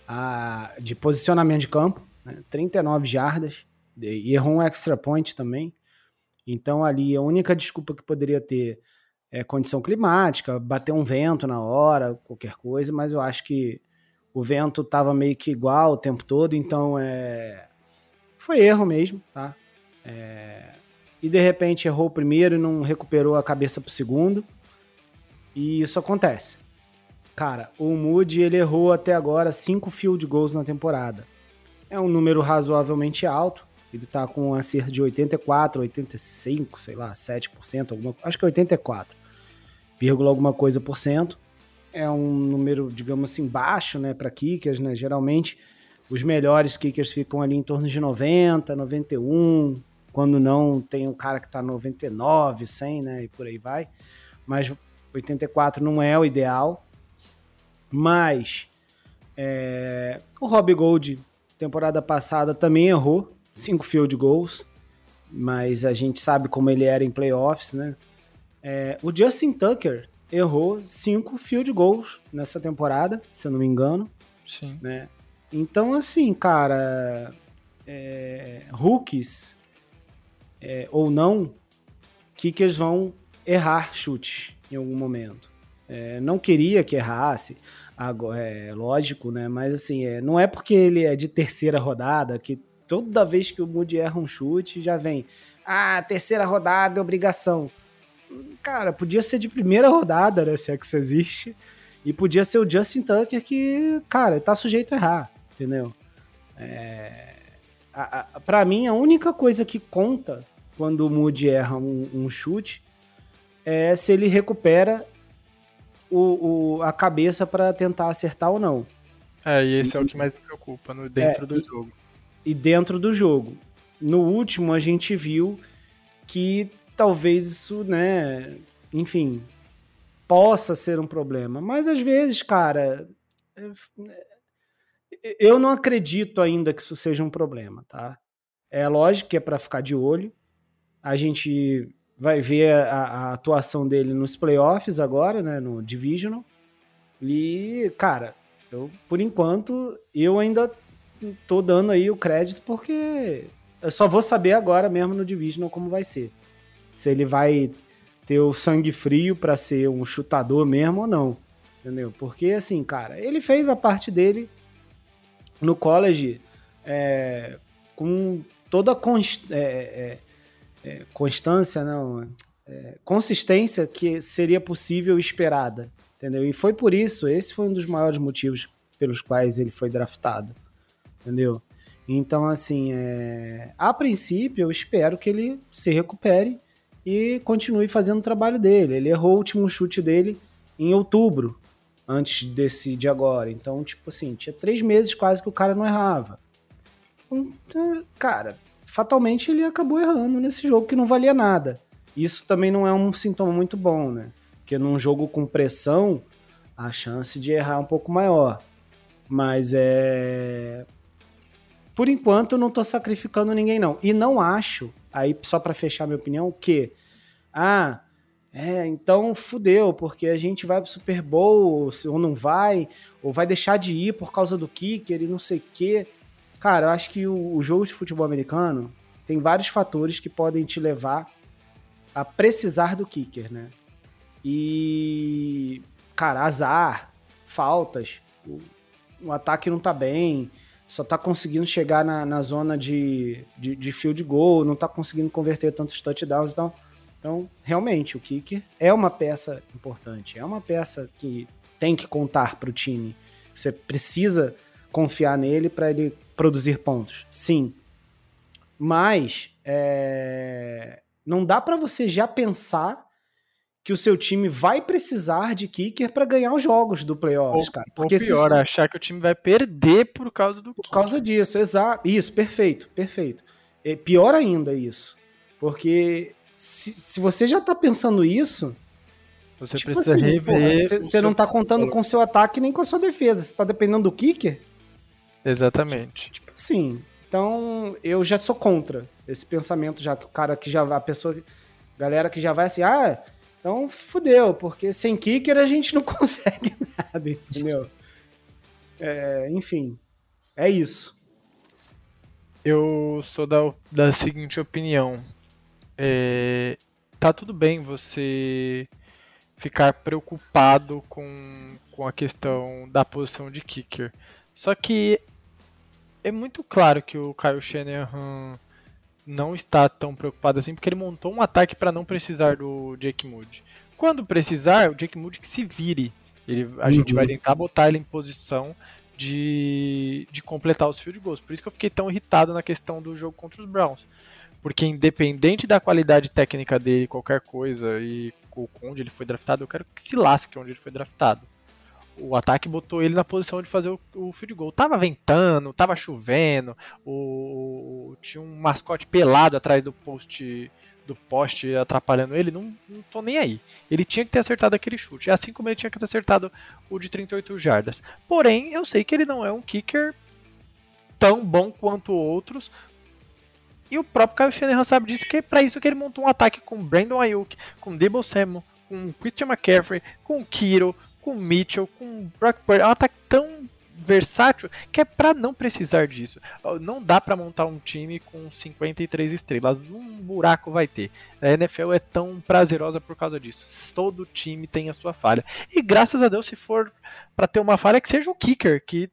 a, de posicionamento de campo, né, trinta e nove jardas, e errou um extra point também, então ali a única desculpa que poderia ter é, condição climática, bater um vento na hora, qualquer coisa, mas eu acho que o vento estava meio que igual o tempo todo, então é, foi erro mesmo, tá? É, e de repente errou o primeiro e não recuperou a cabeça pro segundo, e isso acontece. Cara, o Moody, ele errou até agora cinco field goals na temporada. É um número razoavelmente alto. Ele tá com um acerto de oitenta e quatro, oitenta e cinco, sei lá, sete por cento, alguma, acho que é oitenta e quatro, vírgula alguma coisa por cento. É um número, digamos assim, baixo, né, para kickers, né? Geralmente os melhores kickers ficam ali em torno de noventa, noventa e um, quando não tem um cara que tá noventa e nove, cem, né, e por aí vai. Mas oitenta e quatro não é o ideal. Mas é, o Robbie Gould, temporada passada, também errou cinco field goals, mas a gente sabe como ele era em playoffs, né? É, o Justin Tucker errou cinco field goals nessa temporada, se eu não me engano. Sim. Né? Então, assim, cara, é, rookies é, ou não, kickers vão errar chutes em algum momento. É, não queria que errasse, agora, é lógico, né? Mas assim, é, não é porque ele é de terceira rodada que toda vez que o Moody erra um chute já vem, ah, terceira rodada é obrigação. Cara, podia ser de primeira rodada, né? Se é que isso existe. E podia ser o Justin Tucker que, cara, tá sujeito a errar, entendeu? É, a, a, pra mim, a única coisa que conta quando o Moody erra um, um chute é se ele recupera O, o, a cabeça para tentar acertar ou não. É, e esse e, é o que mais me preocupa no, dentro é, do e, jogo. E dentro do jogo. No último, a gente viu que talvez isso, né, enfim, possa ser um problema. Mas às vezes, cara, eu não acredito ainda que isso seja um problema, tá? É lógico que é para ficar de olho. A gente vai ver a, a atuação dele nos playoffs agora, né, no Divisional. E, cara, eu, por enquanto, eu ainda tô dando aí o crédito porque eu só vou saber agora mesmo no Divisional como vai ser. Se ele vai ter o sangue frio para ser um chutador mesmo ou não, entendeu? Porque, assim, cara, ele fez a parte dele no college é, com toda a const, é, é, É, constância, não, é, consistência que seria possível e esperada, entendeu? E foi por isso, esse foi um dos maiores motivos pelos quais ele foi draftado, entendeu? Então, assim, é, a princípio, eu espero que ele se recupere e continue fazendo o trabalho dele. Ele errou o último chute dele em outubro, antes desse de agora. Então, tipo assim, tinha três meses quase que o cara não errava. Então, cara, fatalmente ele acabou errando nesse jogo que não valia nada. Isso também não é um sintoma muito bom, né? Porque num jogo com pressão, a chance de errar é um pouco maior. Mas é... Por enquanto, eu não tô sacrificando ninguém, não. E não acho, aí só para fechar minha opinião, que... Ah, é, então fudeu, porque a gente vai pro Super Bowl, ou não vai, ou vai deixar de ir por causa do kicker e não sei o quê. Cara, eu acho que o, o jogo de futebol americano tem vários fatores que podem te levar a precisar do kicker, né? E, cara, azar, faltas, o, o ataque não tá bem, só tá conseguindo chegar na, na zona de, de, de field goal, não tá conseguindo converter tantos touchdowns, então, então, realmente, o kicker é uma peça importante, é uma peça que tem que contar pro time. Você precisa confiar nele para ele produzir pontos, sim. Mas é... não dá para você já pensar que o seu time vai precisar de kicker para ganhar os jogos do playoffs, ou, cara. Porque ou pior, se... achar que o time vai perder por causa do Por kicker. causa disso, exato. Isso, perfeito, perfeito. É pior ainda isso. Porque se, se você já tá pensando isso, você tipo precisa assim, rever. Você seu... não tá contando com o seu ataque nem com a sua defesa. Você tá dependendo do kicker. Exatamente. Tipo assim, então eu já sou contra esse pensamento, já que o cara que já vai, a pessoa, galera que já vai assim, ah, então fudeu, porque sem kicker a gente não consegue nada, entendeu? É, enfim, é isso. Eu sou da, da seguinte opinião, é, tá tudo bem você ficar preocupado com, com a questão da posição de kicker. Só que é muito claro que o Kyle Shanahan não está tão preocupado assim, porque ele montou um ataque para não precisar do Jake Moody. Quando precisar, o Jake Moody que se vire. Ele, a uhum. gente vai tentar botar ele em posição de, de completar os field goals. Por isso que eu fiquei tão irritado na questão do jogo contra os Browns. Porque independente da qualidade técnica dele, qualquer coisa, e onde ele foi draftado, eu quero que se lasque onde ele foi draftado. O ataque botou ele na posição de fazer o, o field goal. Tava ventando, tava chovendo, o, tinha um mascote pelado atrás do poste, do poste atrapalhando ele, não, não tô nem aí. Ele tinha que ter acertado aquele chute, assim como ele tinha que ter acertado o de trinta e oito jardas. Porém, eu sei que ele não é um kicker tão bom quanto outros, e o próprio Kyle Shanahan sabe disso, que é pra isso que ele montou um ataque com Brandon Ayuk, com Deebo Samuel, com Christian McCaffrey, com Kittle, com Mitchell, com Brock Purdy. É um ataque tão versátil que é pra não precisar disso. Não dá pra montar um time com cinquenta e três estrelas. Um buraco vai ter. A N F L é tão prazerosa por causa disso. Todo time tem a sua falha. E graças a Deus, se for pra ter uma falha, que seja o kicker, que,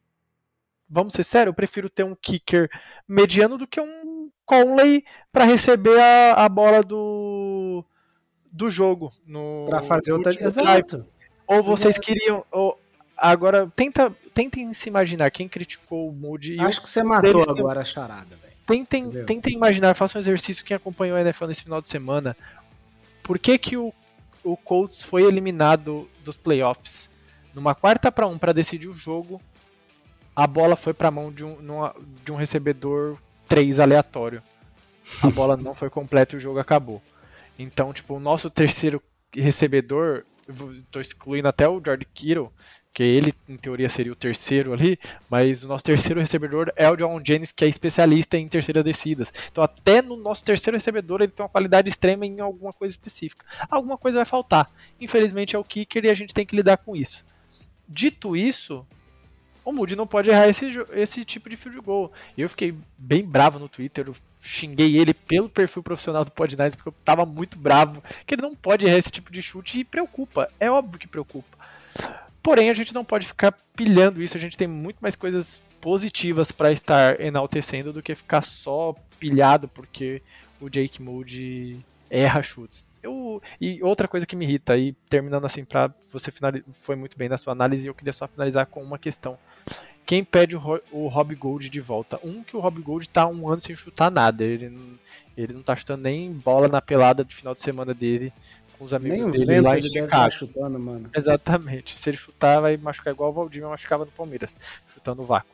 vamos ser sérios, eu prefiro ter um kicker mediano do que um Conley pra receber a, a bola do, do jogo. No, pra fazer o touchdown. Exato. Ou vocês Exato. queriam... Ou, agora, tenta, tentem se imaginar quem criticou o Moody. Acho que você matou agora a charada, velho. Tentem, tentem imaginar, façam um exercício, quem acompanhou a N F L nesse final de semana. Por que que o, o Colts foi eliminado dos playoffs? Numa quarta para um para decidir o jogo, a bola foi para a mão de um, numa, de um recebedor três aleatório. A bola não foi completa e o jogo acabou. Então, tipo, o nosso terceiro recebedor, estou excluindo até o George Kittle, que ele, em teoria, seria o terceiro ali, mas o nosso terceiro recebedor é o John Jennings, que é especialista em terceiras descidas. Então, até no nosso terceiro recebedor, ele tem uma qualidade extrema em alguma coisa específica. Alguma coisa vai faltar. Infelizmente, é o kicker e a gente tem que lidar com isso. Dito isso, o Moody não pode errar esse, esse tipo de field goal. Eu fiquei bem bravo no Twitter, eu xinguei ele pelo perfil profissional do Podnights, porque eu tava muito bravo, que ele não pode errar esse tipo de chute e preocupa, é óbvio que preocupa. Porém, a gente não pode ficar pilhando isso, a gente tem muito mais coisas positivas para estar enaltecendo do que ficar só pilhado porque o Jake Moody erra chutes. Eu, e outra coisa que me irrita, e terminando assim, pra você finalizar, foi muito bem na sua análise, eu queria só finalizar com uma questão. Quem pede o, o Robbie Gould de volta? Um, que o Robbie Gould tá um ano sem chutar nada, ele, ele não tá chutando nem bola na pelada de final de semana dele, com os amigos nem dele lá em ele Chicago. Deve chutando, mano. Exatamente, se ele chutar vai machucar igual o Valdívia machucava no Palmeiras, chutando o vácuo.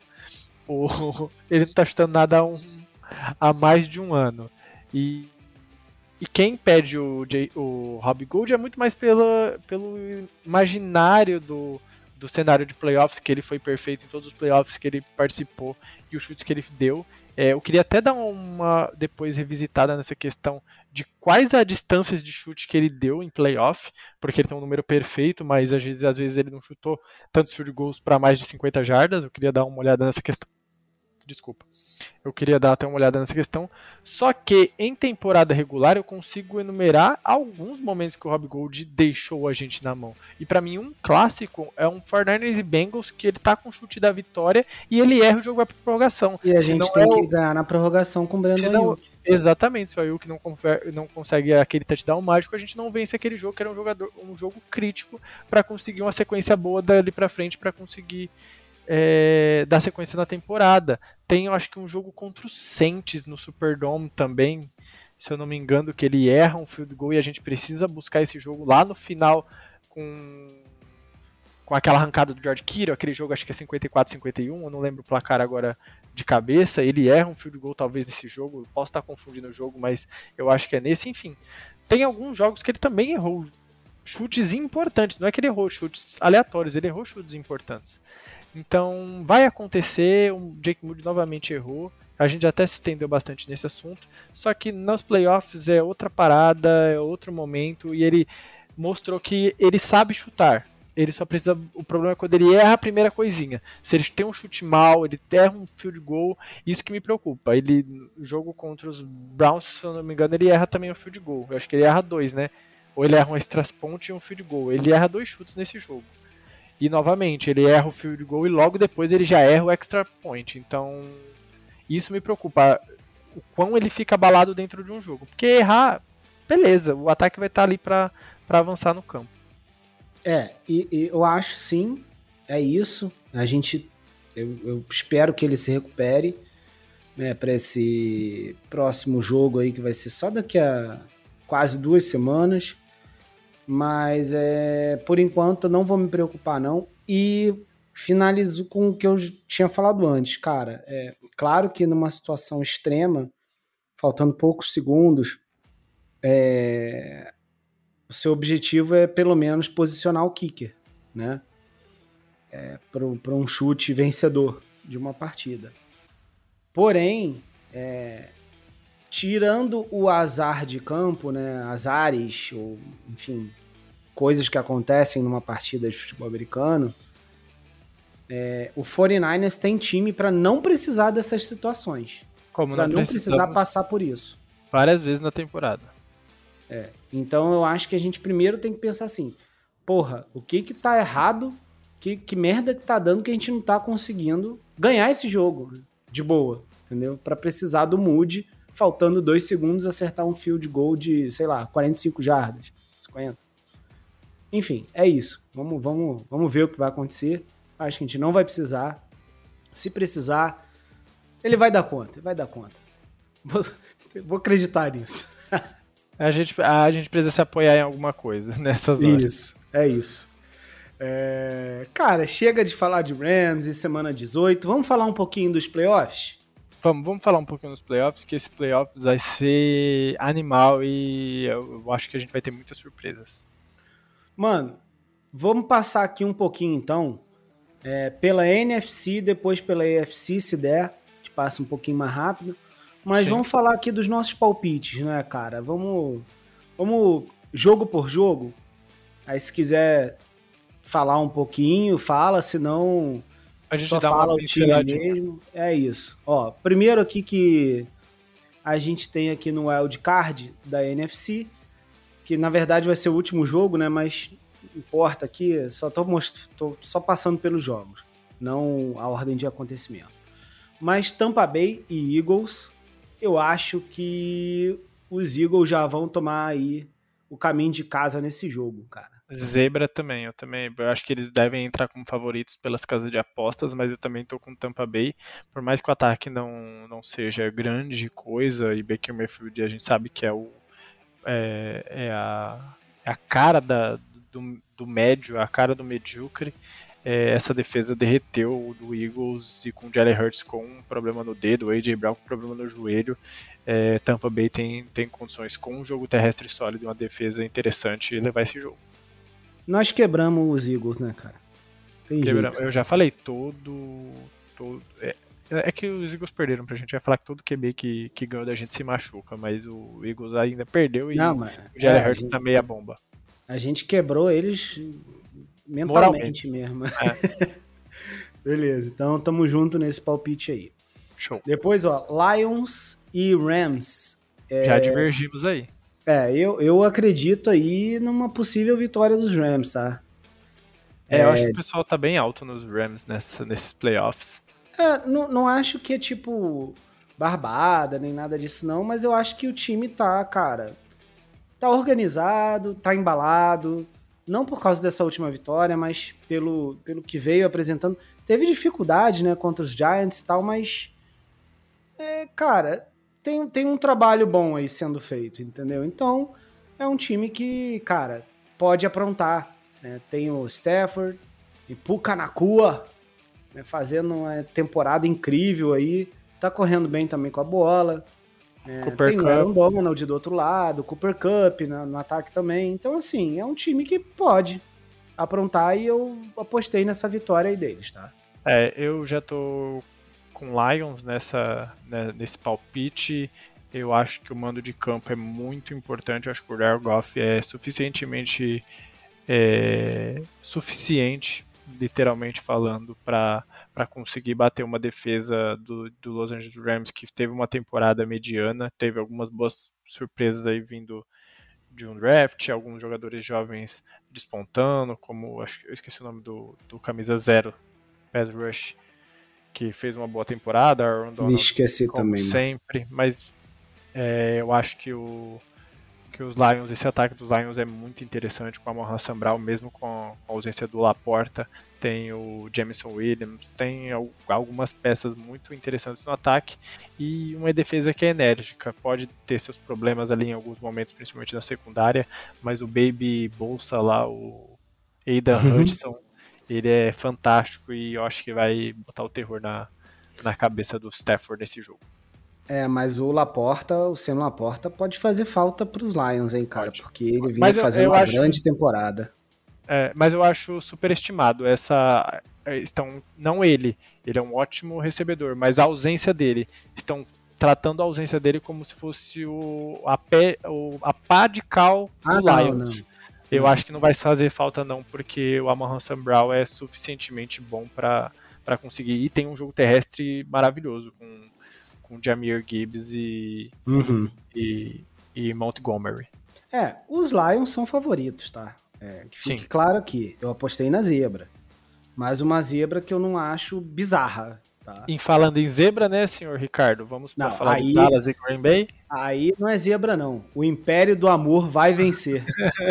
O, ele não tá chutando nada há, um, há mais de um ano. E E quem pede o, J, o Robbie Gould é muito mais pela, pelo imaginário do, do cenário de playoffs, que ele foi perfeito em todos os playoffs que ele participou e os chutes que ele deu. É, eu queria até dar uma depois revisitada nessa questão de quais as distâncias de chute que ele deu em playoff, porque ele tem um número perfeito, mas às vezes, às vezes ele não chutou tantos field goals para mais de cinquenta jardas. Eu queria dar uma olhada nessa questão. Desculpa. Eu queria dar até uma olhada nessa questão. Só que em temporada regular eu consigo enumerar alguns momentos que o Robbie Gould deixou a gente na mão. E pra mim um clássico é um forty-niners e Bengals que ele tá com o chute da vitória e ele erra o jogo vai pra prorrogação. E a gente Senão tem é que o... ganhar na prorrogação com o Brandon Senão... Ayuk. Exatamente, se o Ayuk não, não consegue aquele touchdown mágico, a gente não vence aquele jogo, que era um, jogador, um jogo crítico para conseguir uma sequência boa dali pra frente, para conseguir É, da sequência na temporada. Tem, eu acho que um jogo contra o Saints no Superdome também, se eu não me engano, que ele erra um field goal e a gente precisa buscar esse jogo lá no final com, com aquela arrancada do George Kittle, aquele jogo acho que é cinquenta e quatro a cinquenta e um, eu não lembro o placar agora de cabeça, ele erra um field goal talvez nesse jogo, eu posso estar confundindo o jogo, mas eu acho que é nesse, enfim. Tem alguns jogos que ele também errou chutes importantes, não é que ele errou chutes aleatórios, ele errou chutes importantes. Então, vai acontecer, o Jake Moody novamente errou, a gente até se estendeu bastante nesse assunto, só que nos playoffs é outra parada, é outro momento, e ele mostrou que ele sabe chutar, ele só precisa, o problema é quando ele erra a primeira coisinha, se ele tem um chute mal, ele erra um field goal, isso que me preocupa, ele, no jogo contra os Browns, se eu não me engano, ele erra também o field goal, eu acho que ele erra dois, né? ou ele erra um extra point e um field goal. Ele erra dois chutes nesse jogo. E novamente, ele erra o field goal e logo depois ele já erra o extra point. Então, isso me preocupa. O quão ele fica abalado dentro de um jogo. Porque errar, beleza, o ataque vai estar ali para avançar no campo. É, e, e eu acho sim, é isso. A gente, eu, eu espero que ele se recupere, né, para esse próximo jogo aí que vai ser só daqui a quase duas semanas. Mas é, por enquanto eu não vou me preocupar não. E finalizo com o que eu tinha falado antes, cara. É claro que numa situação extrema, faltando poucos segundos, é, o seu objetivo é pelo menos posicionar o kicker, né? É, para um chute vencedor de uma partida. Porém, é, tirando o azar de campo, né, azares, ou enfim, coisas que acontecem numa partida de futebol americano, é, o quarenta e nine ers tem time para não precisar dessas situações. Para não, não precisar passar por isso. Várias vezes na temporada. É, então eu acho que a gente primeiro tem que pensar assim, porra, o que que tá errado, que, que merda que tá dando que a gente não tá conseguindo ganhar esse jogo de boa, entendeu? Para precisar do Moody, faltando dois segundos, acertar um field goal de, sei lá, quarenta e cinco jardas, cinquenta. Enfim, é isso. Vamos, vamos, vamos ver o que vai acontecer. Acho que a gente não vai precisar. Se precisar, ele vai dar conta, vai dar conta. Vou, vou acreditar nisso. A gente, a gente precisa se apoiar em alguma coisa nessas horas. Isso, é isso. É, cara, chega de falar de Rams e semana dezoito. Vamos falar um pouquinho dos playoffs? Vamos, vamos falar um pouquinho dos playoffs, que esse playoffs vai ser animal e eu, eu acho que a gente vai ter muitas surpresas. Mano, vamos passar aqui um pouquinho então, é, pela N F C, depois pela A F C, se der, a gente passa um pouquinho mais rápido. Mas Sim. vamos falar aqui dos nossos palpites, né, cara? Vamos, vamos jogo por jogo. Aí se quiser falar um pouquinho, fala, senão a gente só dá fala uma o time mesmo. É isso. Ó, primeiro aqui que a gente tem aqui no Wild Card da N F C, que na verdade vai ser o último jogo, né? Mas não importa aqui, só tô, most... tô só passando pelos jogos, não a ordem de acontecimento. Mas Tampa Bay e Eagles, eu acho que os Eagles já vão tomar aí o caminho de casa nesse jogo, cara. Zebra também, eu também, eu acho que eles devem entrar como favoritos pelas casas de apostas, mas eu também tô com Tampa Bay, por mais que o ataque não, não seja grande coisa, e Baker Mayfield a gente sabe que é o é, é, a, é a cara da, do, do médio, a cara do medíocre. É, essa defesa derreteu o do Eagles, e com o Jalen Hurts com um problema no dedo, o A J Brown com um problema no joelho, é, Tampa Bay tem, tem condições com um jogo terrestre sólido e uma defesa interessante levar esse jogo. Nós quebramos os Eagles, né, cara? Tem Quebramos. Eu já falei, todo... todo é, é que os Eagles perderam pra gente, vai falar que todo Q B que, que ganhou da gente se machuca, mas o Eagles ainda perdeu e Não, mas, o Jalen é, Hurts gente, tá meia bomba. A gente quebrou eles mentalmente mesmo. É. Beleza, então tamo junto nesse palpite aí. Show. Depois, ó, Lions e Rams. É, já divergimos aí. É, eu, eu acredito aí numa possível vitória dos Rams, tá? É, é, eu acho que o pessoal tá bem alto nos Rams nessa, nesses playoffs. É, não, não acho que é tipo barbada, nem nada disso não, mas eu acho que o time tá, cara, tá organizado, tá embalado, não por causa dessa última vitória, mas pelo, pelo que veio apresentando. Teve dificuldade, né, contra os Giants e tal, mas, é, cara, tem, tem um trabalho bom aí sendo feito, entendeu? Então, é um time que, cara, pode aprontar, né? Tem o Stafford e Puka Nacua, né, fazendo uma temporada incrível aí, tá correndo bem também com a bola. É, tem o Aaron Donald do outro lado, o Cooper Kupp no, no ataque também. Então, assim, é um time que pode aprontar e eu apostei nessa vitória aí deles, tá? É, eu já tô com Lions nessa, né, nesse palpite. Eu acho que o mando de campo é muito importante. Eu acho que o Jared Goff é suficientemente é, suficiente, literalmente falando, para para conseguir bater uma defesa do, do Los Angeles Rams, que teve uma temporada mediana, teve algumas boas surpresas aí vindo de um draft, alguns jogadores jovens despontando, como acho que eu esqueci o nome do, do camisa zero, pass rush, que fez uma boa temporada, Aaron Me Donald esqueci como também, mano. sempre, mas é, eu acho que o que os Lions, esse ataque dos Lions é muito interessante com a Amon Hassan Brown, mesmo com a ausência do Laporta, tem o Jameson Williams, tem algumas peças muito interessantes no ataque e uma defesa que é enérgica, pode ter seus problemas ali em alguns momentos, principalmente na secundária, mas o Baby Bolsa lá, o Aidan Uhum. Hutchinson, ele é fantástico e eu acho que vai botar o terror na, na cabeça do Stafford nesse jogo. É, mas o Laporta, o Sam Laporta pode fazer falta pros Lions, hein, cara? Pode. Porque ele vinha Mas eu, fazendo eu uma acho, grande temporada. É, mas eu acho superestimado essa. Estão, não ele, ele é um ótimo recebedor, mas a ausência dele. Estão tratando a ausência dele como se fosse o, a, pé, o, a pá de cal do Ah, não, Lions. não. Eu Não. acho que não vai fazer falta, não, porque o Amon Hassan Brown é suficientemente bom para conseguir. E tem um jogo terrestre maravilhoso com, com Jahmyr Gibbs e, Uhum. e, e Montgomery. É, os Lions são favoritos, tá? É, que fique Sim. claro aqui, eu apostei na zebra. Mas uma zebra que eu não acho bizarra, tá? Em falando em zebra, né, senhor Ricardo? Vamos para Não, falar aí, de Dallas e Green Bay? aí não é zebra, não. O Império do Amor vai vencer.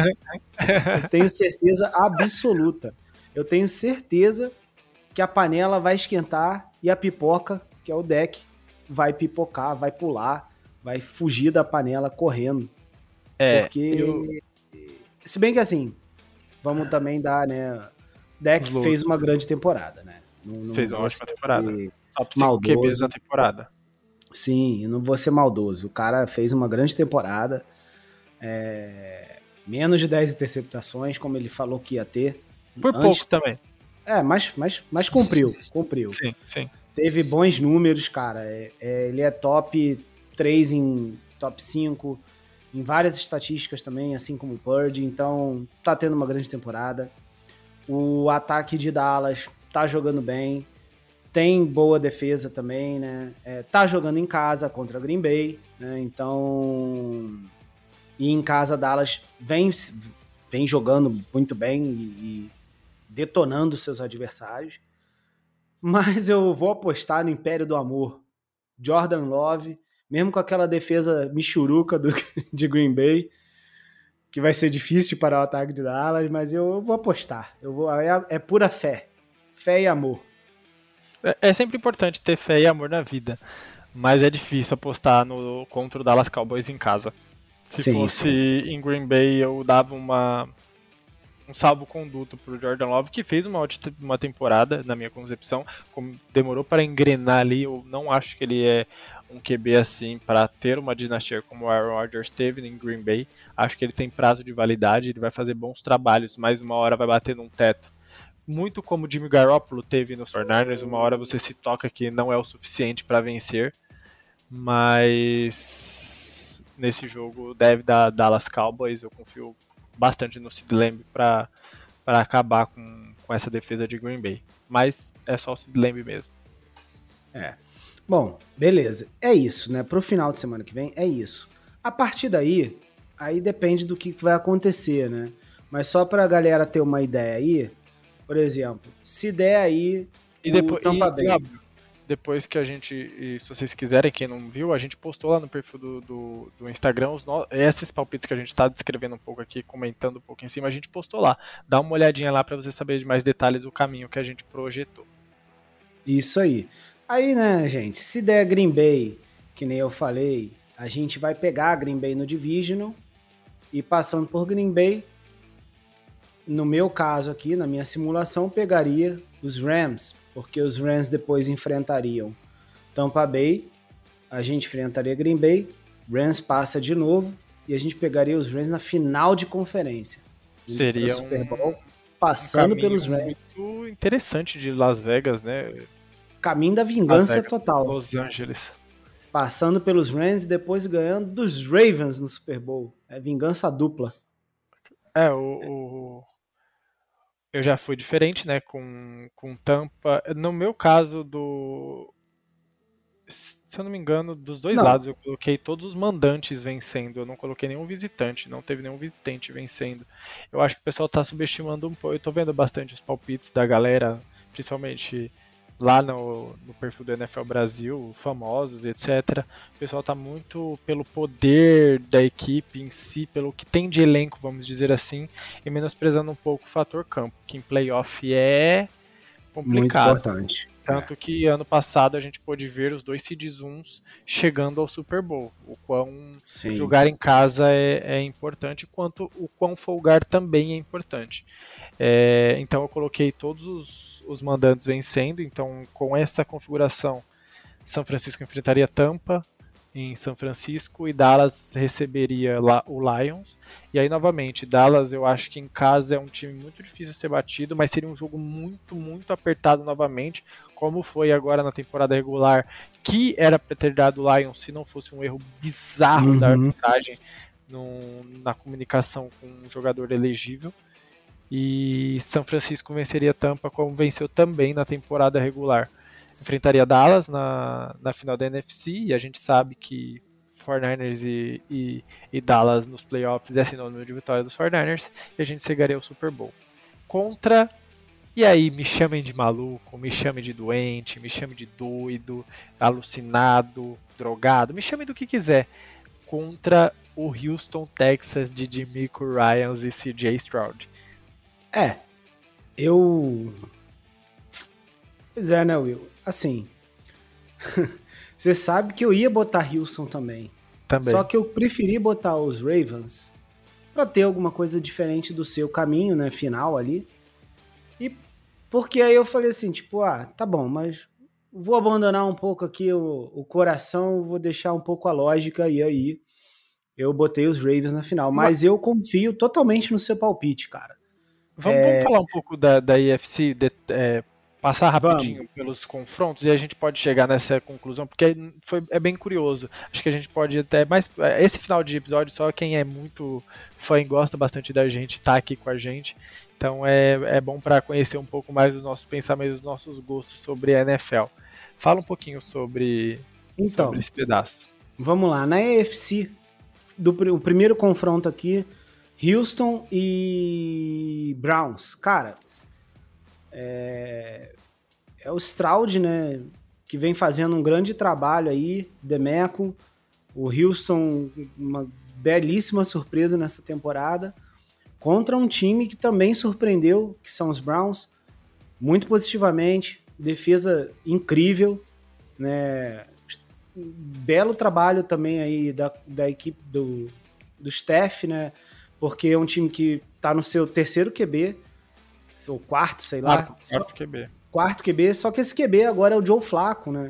Eu tenho certeza absoluta. Eu tenho certeza que a panela vai esquentar e a pipoca, que é o deck, vai pipocar, vai pular, vai fugir da panela correndo. É, Porque, eu... se bem que assim, vamos também dar, né? Deck fez uma grande temporada, né? Não, não fez uma vou ótima temporada. ser Top cinco Q Bs maldoso. da temporada. Sim, não vou ser maldoso. O cara fez uma grande temporada. É, menos de dez interceptações, como ele falou que ia ter. Por antes. pouco também. É, mas, mas, mas cumpriu, cumpriu. Sim, sim. Teve bons números, cara. É, é, ele é top três em top cinco, em várias estatísticas também, assim como o Purdy. Então, tá tendo uma grande temporada. O ataque de Dallas tá jogando bem. Tem boa defesa também, né? É, tá jogando em casa contra Green Bay, né? Então... E em casa, Dallas vem, vem jogando muito bem e, e detonando seus adversários. Mas eu vou apostar no Império do Amor. Jordan Love, mesmo com aquela defesa michuruca do, de Green Bay, que vai ser difícil para o ataque de Dallas, mas eu, eu vou apostar. Eu vou, é, é pura fé. Fé e amor. É, é sempre importante ter fé e amor na vida, mas é difícil apostar no contra o Dallas Cowboys em casa. Se sim, fosse sim. Em Green Bay, eu dava uma, um salvo-conduto pro Jordan Love, que fez uma ótima uma temporada, na minha concepção. Como demorou para engrenar ali, eu não acho que ele é um Q B assim para ter uma dinastia como o Aaron Rodgers teve em Green Bay. Acho que ele tem prazo de validade, ele vai fazer bons trabalhos, mas uma hora vai bater num teto. Muito como o Jimmy Garoppolo teve nos forty-niners, uma hora você se toca que não é o suficiente para vencer, mas nesse jogo deve dar Dallas Cowboys. Eu confio bastante no Sid Lamb para acabar com, com essa defesa de Green Bay, mas é só o Sid Lamb mesmo. É. Bom, beleza. É isso, né? Pro final de semana que vem, é isso. A partir daí, aí depende do que vai acontecer, né? Mas só pra galera ter uma ideia aí, por exemplo, se der aí e depois, o Tampa Bay... E, depois que a gente, e se vocês quiserem, quem não viu, a gente postou lá no perfil do, do, do Instagram os no... esses palpites que a gente está descrevendo um pouco aqui, comentando um pouco em cima, a gente postou lá. Dá uma olhadinha lá para você saber de mais detalhes do caminho que a gente projetou. Isso aí. Aí, né, gente, se der Green Bay, que nem eu falei, a gente vai pegar a Green Bay no Divisional e passando por Green Bay, no meu caso aqui, na minha simulação, pegaria os Rams, porque os Rams depois enfrentariam Tampa Bay, a gente enfrentaria Green Bay, Rams passa de novo e a gente pegaria os Rams na final de conferência. Seria Super Bowl, um, passando um pelos Rams. Muito interessante de Las Vegas, né? Caminho da vingança Vegas, total. Los Angeles. Passando pelos Rams e depois ganhando dos Ravens no Super Bowl. É vingança dupla. É, o... o... Eu já fui diferente, né, com, com Tampa. No meu caso do se eu não me engano, dos dois Não. lados eu coloquei todos os mandantes vencendo. Eu não coloquei nenhum visitante, não teve nenhum visitante vencendo. Eu acho que o pessoal tá subestimando um pouco. Eu tô vendo bastante os palpites da galera, principalmente lá no, no perfil do N F L Brasil, famosos, etcétera. O pessoal tá muito pelo poder da equipe em si, pelo que tem de elenco, vamos dizer assim, e menosprezando um pouco o fator campo, que em playoff é Muito complicado. importante. Tanto que ano passado a gente pôde ver os dois seeds uns chegando ao Super Bowl. O quão Sim. jogar em casa é, é importante, quanto o quão folgar também é importante. É, então eu coloquei todos os, os mandantes vencendo. Então, com essa configuração, São Francisco enfrentaria Tampa em São Francisco e Dallas receberia lá o Lions. E aí, novamente, Dallas eu acho que em casa é um time muito difícil de ser batido, mas seria um jogo muito, muito apertado novamente, como foi agora na temporada regular, que era para ter dado o Lions se não fosse um erro bizarro uhum. da arbitragem no, na comunicação com um jogador elegível. E São Francisco venceria Tampa, como venceu também na temporada regular. Enfrentaria Dallas na, na final da N F C, e a gente sabe que forty-niners e, e, e Dallas nos playoffs é sinônimo de vitória dos forty-niners, e a gente chegaria ao Super Bowl. Contra, e aí me chamem de maluco, me chamem de doente, me chamem de doido, alucinado, drogado, me chamem do que quiser, contra o Houston Texas de DeMeco Ryans e C J Stroud. É, eu... Pois é, né, Will? Assim, você sabe que eu ia botar Houston também. Também. Só que eu preferi botar os Ravens pra ter alguma coisa diferente do seu caminho, né, final ali. E porque aí eu falei assim, tipo, ah, tá bom, mas vou abandonar um pouco aqui o, o coração, vou deixar um pouco a lógica, e aí eu botei os Ravens na final. Mas, mas eu confio totalmente no seu palpite, cara. Vamos, é... vamos falar um pouco da, da I F C, de, é, passar rapidinho Vamos. pelos confrontos e a gente pode chegar nessa conclusão, porque foi, é bem curioso. Acho que a gente pode até mais... Esse final de episódio, só quem é muito fã e gosta bastante da gente tá aqui com a gente. Então é, é bom para conhecer um pouco mais dos nossos pensamentos, dos nossos gostos sobre a N F L. Fala um pouquinho sobre, então, sobre esse pedaço. Vamos lá, na A F C, do, o primeiro confronto aqui, Houston e Browns. Cara, é, é o Stroud, né, que vem fazendo um grande trabalho aí, DeMeco. O Houston, uma belíssima surpresa nessa temporada, contra um time que também surpreendeu, que são os Browns, muito positivamente, defesa incrível, né, belo trabalho também aí da, da equipe do, do staff, né, porque é um time que tá no seu terceiro Q B, ou quarto, sei lá. Quarto, quarto Q B. Quarto Q B, só que esse Q B agora é o Joe Flacco, né,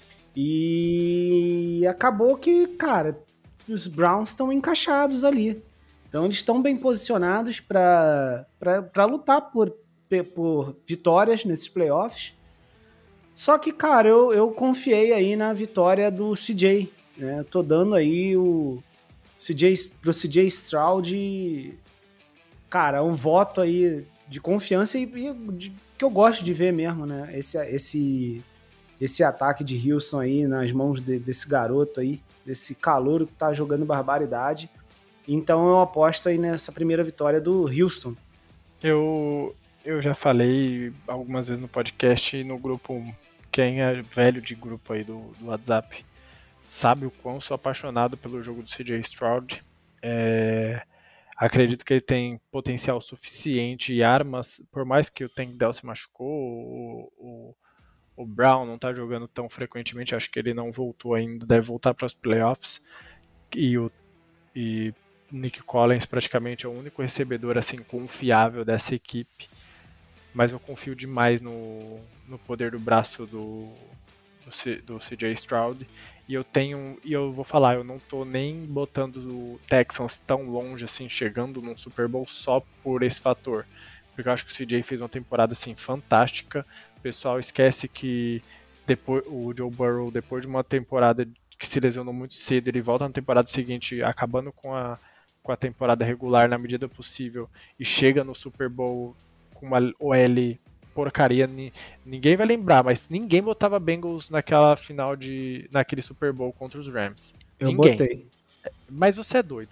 e acabou que, cara, os Browns estão encaixados ali. Então eles estão bem posicionados para lutar por, por vitórias nesses playoffs. Só que, cara, eu, eu confiei aí na vitória do C J. Né? Tô dando aí o C J, pro C J Stroud, cara, um voto aí de confiança e, e de, que eu gosto de ver mesmo, né? Esse, esse, esse ataque de Houston aí nas mãos de, desse garoto aí, desse calouro que tá jogando barbaridade. Então eu aposto aí nessa primeira vitória do Houston. Eu, eu já falei algumas vezes no podcast e no grupo, quem é velho de grupo aí do, do WhatsApp sabe o quão sou apaixonado pelo jogo do C J Stroud. É, acredito que ele tem potencial suficiente e armas, por mais que o Tank Dell se machucou, o, o, o Brown não tá jogando tão frequentemente, acho que ele não voltou ainda, deve voltar para os playoffs, e o e Nick Collins praticamente é o único recebedor assim confiável dessa equipe, mas eu confio demais no, no poder do braço do, do, C, do C J Stroud, e eu tenho, e eu vou falar, eu não tô nem botando o Texans tão longe assim, chegando num Super Bowl só por esse fator, porque eu acho que o C J fez uma temporada assim fantástica. O pessoal esquece que depois, o Joe Burrow, depois de uma temporada que se lesionou muito cedo, ele volta na temporada seguinte acabando com a com a temporada regular na medida possível e chega no Super Bowl com uma O L porcaria, ninguém vai lembrar, mas ninguém botava Bengals naquela final de, naquele Super Bowl contra os Rams. Eu ninguém. botei. Mas você é doido.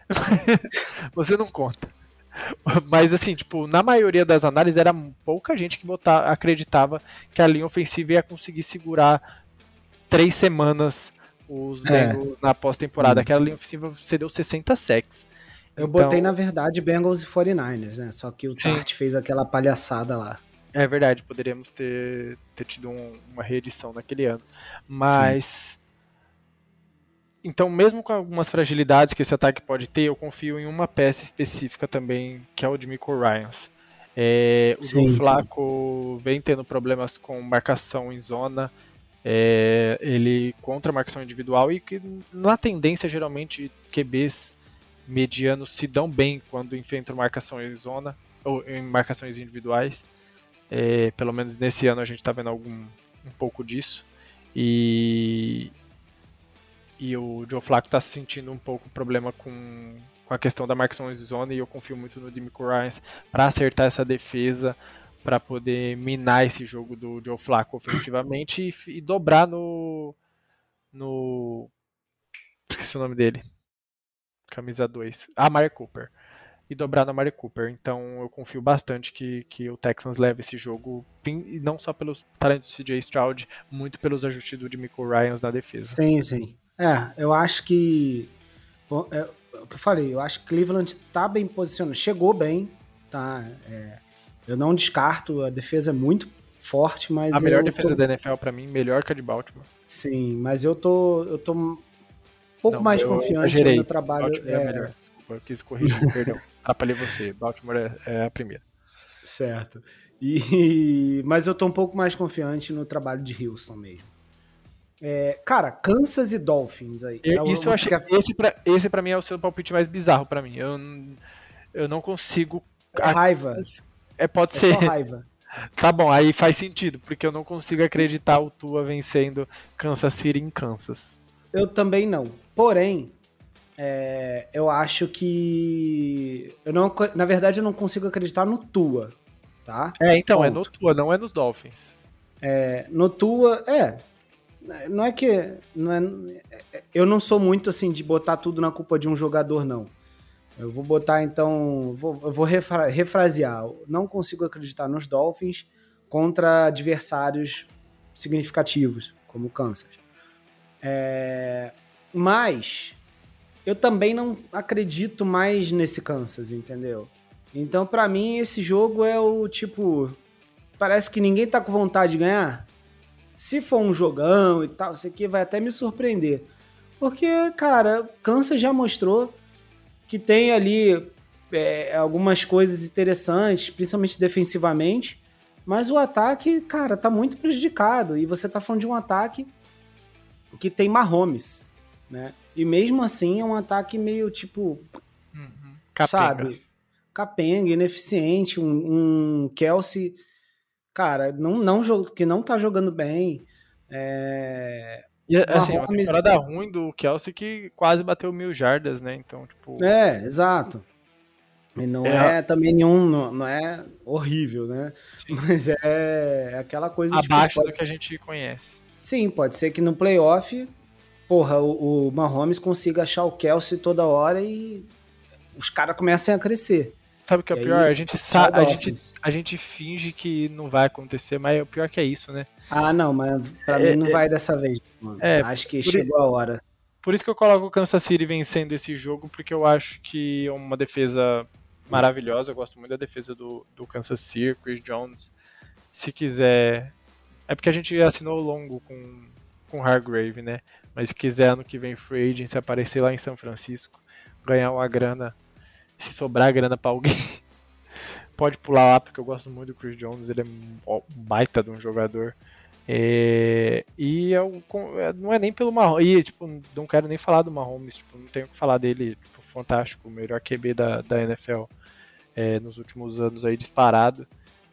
Você não conta. Mas assim, tipo, na maioria das análises era pouca gente que botava, acreditava que a linha ofensiva ia conseguir segurar três semanas os Bengals é. na pós-temporada. Hum. Aquela linha ofensiva cedeu sessenta sacks. Eu então, botei, na verdade, Bengals e quarenta e nine ers, né? Só que o Tart fez aquela palhaçada lá. É verdade, poderíamos ter, ter tido um, uma reedição naquele ano. Mas... Sim. Então, mesmo com algumas fragilidades que esse ataque pode ter, eu confio em uma peça específica também, que é o DeMeco Ryans. É, o Joe Flacco vem tendo problemas com marcação em zona, é, ele contra a marcação individual, e que na tendência, geralmente, Q Bs medianos se dão bem quando enfrentam marcação em zona, ou em marcações individuais. É, pelo menos nesse ano a gente está vendo algum, um pouco disso. E... E o Joe Flacco está sentindo um pouco problema com, com a questão da marcação em zona, e eu confio muito no DeMeco Ryans para acertar essa defesa, para poder minar esse jogo do Joe Flacco ofensivamente e, e dobrar no, no... Esqueci o nome dele. Camisa dois. Ah, Amari Cooper. E dobrar no Amari Cooper. Então eu confio bastante que, que o Texans leve esse jogo, e não só pelos talentos do C J Stroud, muito pelos ajustes do DeMeco Ryans na defesa. Sim, sim. É, eu acho que... Bom, é, é o que eu falei, eu acho que Cleveland tá bem posicionado, chegou bem, tá? É, eu não descarto, a defesa é muito forte, mas... A melhor eu defesa tô... da N F L pra mim, melhor que a de Baltimore. Sim, mas eu tô, eu tô um pouco não, mais confiante no meu trabalho. Baltimore é, é melhor, desculpa, eu quis corrigir, perdão. Atrapalhei você, Baltimore é, é a primeira. Certo. E, mas eu tô um pouco mais confiante no trabalho de Houston mesmo. É, cara, Kansas e Dolphins aí. Eu, isso eu achei quer... esse, pra, esse pra mim é o seu palpite mais bizarro pra mim. Eu, eu não consigo... É raiva. É, pode é ser. Só raiva. Tá bom, aí faz sentido, porque eu não consigo acreditar o Tua vencendo Kansas City em Kansas. Eu também não. Porém, é, eu acho que... Eu não, na verdade, eu não consigo acreditar no Tua, tá? É, então, Ponto. É no Tua, não é nos Dolphins. É, no Tua, é... Não é que... Não é, eu não sou muito, assim, de botar tudo na culpa de um jogador, não. Eu vou botar, então... Vou, eu vou refra, refrasear. Não consigo acreditar nos Dolphins contra adversários significativos, como o Kansas. É, mas eu também não acredito mais nesse Kansas, entendeu? Então, pra mim, esse jogo é o tipo... Parece que ninguém tá com vontade de ganhar. Se for um jogão e tal, isso aqui vai até me surpreender. Porque, cara, Kansas já mostrou que tem ali é, algumas coisas interessantes, principalmente defensivamente, mas o ataque, cara, tá muito prejudicado. E você tá falando de um ataque que tem Mahomes, né? E mesmo assim é um ataque meio tipo, uhum. sabe? Capenga, ineficiente, um, um Kelsey... Cara, não, não, que não tá jogando bem. É... E, assim, uma temporada ruim do Kelsey que quase bateu mil jardas, né? Então, tipo... É, exato. E não é, é também nenhum... Não, não é horrível, né? Sim. Mas é, é aquela coisa... Abaixo tipo, do que ser... a gente conhece. Sim, pode ser que no playoff, porra, o, o Mahomes consiga achar o Kelsey toda hora e os caras comecem a crescer. Sabe o que é o pior? Aí, a gente sabe, a gente, a gente finge que não vai acontecer, mas o pior que é isso, né? Ah, não, mas pra é, mim não é, vai dessa vez, mano. É, acho que chegou a hora. Por isso que eu coloco o Kansas City vencendo esse jogo, porque eu acho que é uma defesa maravilhosa. Eu gosto muito da defesa do, do Kansas City, Chris Jones. Se quiser... É porque a gente assinou longo com, com Hargrave, né? Mas se quiser ano que vem free agent, se aparecer lá em São Francisco, ganhar uma grana... Se sobrar grana pra alguém, pode pular lá, porque eu gosto muito do Chris Jones, ele é um baita de um jogador. É, e eu, não é nem pelo Mahomes, e, tipo, não quero nem falar do Mahomes, tipo, não tenho o que falar dele, tipo, fantástico, o melhor Q B da, da N F L é, nos últimos anos aí, disparado.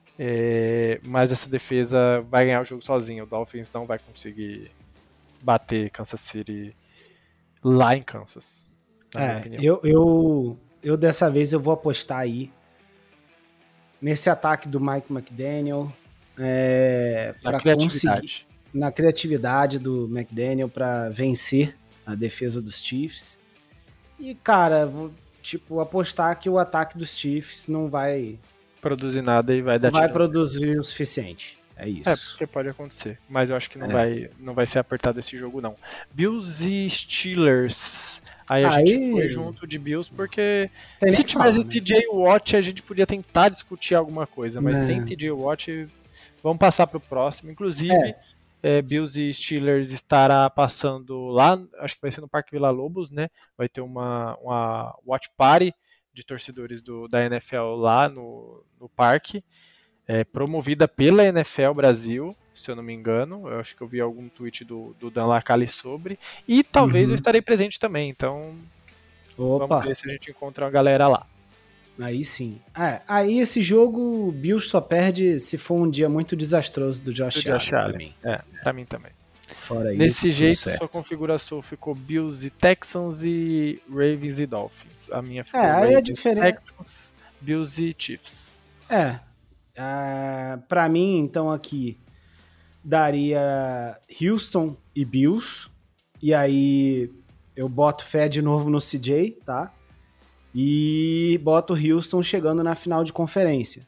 É, mas essa defesa vai ganhar o jogo sozinho, o Dolphins não vai conseguir bater Kansas City lá em Kansas, na minha É, opinião. eu... eu... Eu, dessa vez, eu vou apostar aí nesse ataque do Mike McDaniel, é, para conseguir na criatividade do McDaniel para vencer a defesa dos Chiefs. E, cara, vou, tipo, apostar que o ataque dos Chiefs não vai produzir nada e vai dar vai produzir o suficiente. É isso. É, porque pode acontecer. Mas eu acho que não, é. vai, não vai ser apertado esse jogo, não. Bills e Steelers. Aí a Aí... gente foi junto de Bills porque Tem se tivesse falar, né? T J Watt, a gente podia tentar discutir alguma coisa. Mas não. sem T J Watt, vamos passar pro próximo. Inclusive, é. É, Bills e Steelers estará passando lá, acho que vai ser no Parque Vila Lobos, né? Vai ter uma, uma watch party de torcedores do, da N F L lá no, no parque. É, promovida pela N F L Brasil, se eu não me engano. Eu acho que eu vi algum tweet do, do Dan Lacali sobre. E talvez uhum. eu estarei presente também. Então, Opa. vamos ver se a gente encontra uma galera lá. Aí sim. É, aí esse jogo, o Bills só perde se for um dia muito desastroso do Josh, do Josh Allen. Pra mim. É, pra mim também. Fora Nesse isso, jeito, sua configuração ficou Bills e Texans e Ravens e Dolphins. A minha ficou é, aí Ravens, é diferente. Texans, Bills e Chiefs. É. Uh, pra mim, então, aqui daria Houston e Bills. E aí eu boto fé de novo no C J, tá? E boto Houston chegando na final de conferência.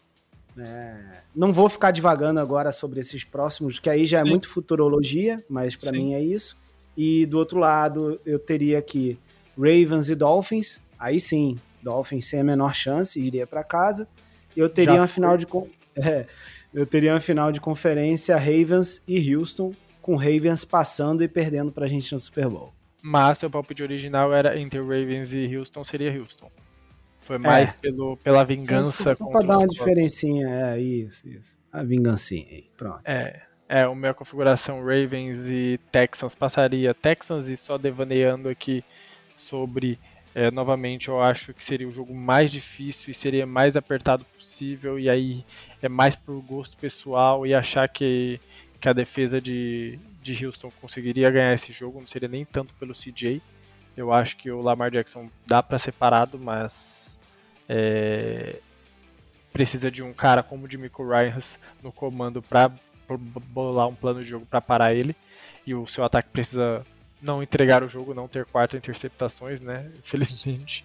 É, não vou ficar divagando agora sobre esses próximos, que aí já Sim. é muito futurologia, mas pra Sim. mim é isso. E do outro lado, eu teria aqui Ravens e Dolphins. Aí sim, Dolphins sem a menor chance, iria pra casa. Eu teria já uma final de é, eu teria uma final de conferência Ravens e Houston, com Ravens passando e perdendo pra gente no Super Bowl. Mas seu palpite original era entre Ravens e Houston, seria Houston. Foi mais é. pelo, pela vingança. Só pra dar uma diferencinha, é isso, isso. A vingancinha aí, pronto. É, é, a minha configuração Ravens e Texans passaria Texans e só devaneando aqui sobre, é, novamente, eu acho que seria o jogo mais difícil e seria mais apertado possível, e aí é mais por gosto pessoal e achar que, que a defesa de, de Houston conseguiria ganhar esse jogo, não seria nem tanto pelo C J. Eu acho que o Lamar Jackson dá para separado, mas é, precisa de um cara como o DeMeco Ryans no comando para bolar um plano de jogo para parar ele, e o seu ataque precisa não entregar o jogo, não ter quatro interceptações, né? Infelizmente.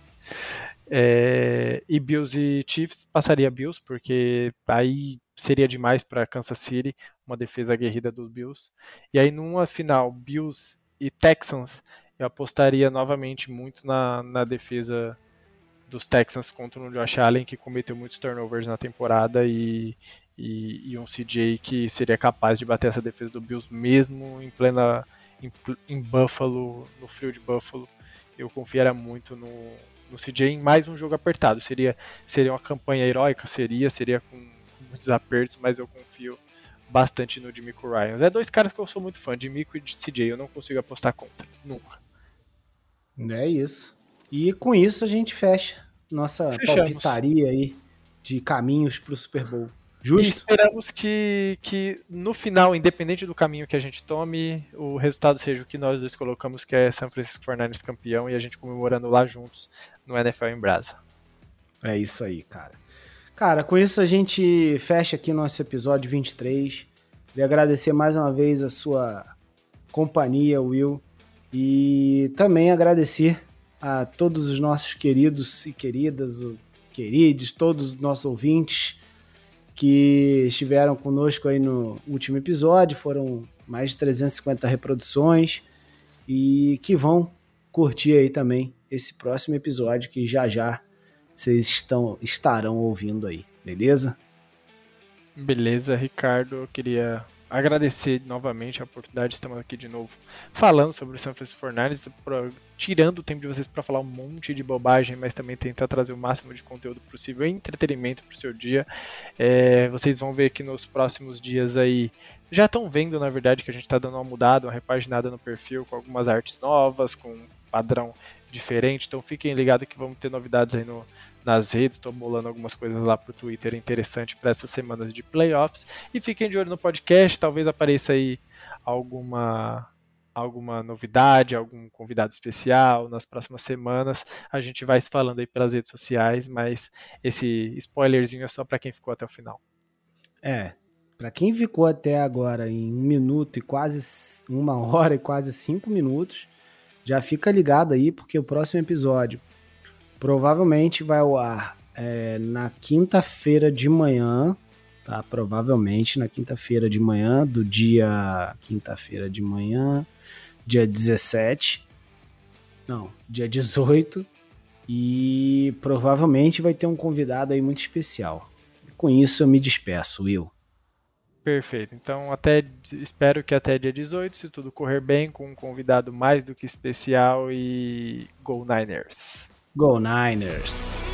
É, e Bills e Chiefs, passaria Bills, porque aí seria demais para Kansas City, uma defesa aguerrida dos Bills. E aí numa final, Bills e Texans, eu apostaria novamente muito na, na defesa dos Texans contra o Josh Allen, que cometeu muitos turnovers na temporada, e, e, e um C J que seria capaz de bater essa defesa do Bills mesmo em plena em, em Buffalo, no frio de Buffalo. Eu confiaria muito no, no C J em mais um jogo apertado. Seria, seria uma campanha heróica, seria, seria com, com muitos apertos, mas eu confio bastante no DeMeco Ryans. É dois caras que eu sou muito fã, DeMeco e de C J, eu não consigo apostar contra, nunca. É isso. E com isso a gente fecha nossa Fechamos. palpitaria aí de caminhos para o Super Bowl. Justo? E esperamos que, que no final, independente do caminho que a gente tome, o resultado seja o que nós dois colocamos, que é San Francisco forty-niners campeão, e a gente comemorando lá juntos no N F L em Brasa. É isso aí, cara. Cara, com isso a gente fecha aqui nosso episódio vinte e três. Queria agradecer mais uma vez a sua companhia, Will, e também agradecer a todos os nossos queridos e queridas, queridos, todos os nossos ouvintes que estiveram conosco aí no último episódio. Foram mais de trezentas e cinquenta reproduções e que vão curtir aí também esse próximo episódio que já já vocês estão, estarão ouvindo aí, beleza? Beleza, Ricardo, eu queria agradecer novamente a oportunidade de estarmos aqui de novo falando sobre o San Francisco forty-niners, tirando o tempo de vocês para falar um monte de bobagem, mas também tentar trazer o máximo de conteúdo possível e entretenimento para o seu dia. É, vocês vão ver que nos próximos dias aí, já estão vendo na verdade que a gente está dando uma mudada, uma repaginada no perfil com algumas artes novas, com um padrão diferente, então fiquem ligados que vamos ter novidades aí no, nas redes. Estou bolando algumas coisas lá pro Twitter interessante para essas semanas de playoffs, e fiquem de olho no podcast, talvez apareça aí alguma alguma novidade, algum convidado especial nas próximas semanas. A gente vai se falando aí pelas redes sociais, mas esse spoilerzinho é só para quem ficou até o final. É, para quem ficou até agora em um minuto e quase uma hora e quase cinco minutos, já fica ligado aí, porque o próximo episódio provavelmente vai ao ar é, na quinta-feira de manhã, tá? Provavelmente na quinta-feira de manhã, do dia... Quinta-feira de manhã, dia dezessete. Não, dia dezoito. E provavelmente vai ter um convidado aí muito especial. Com isso eu me despeço, Will. Perfeito. Então, até espero que até dia dezoito, se tudo correr bem, com um convidado mais do que especial, e Go Niners! Go Niners!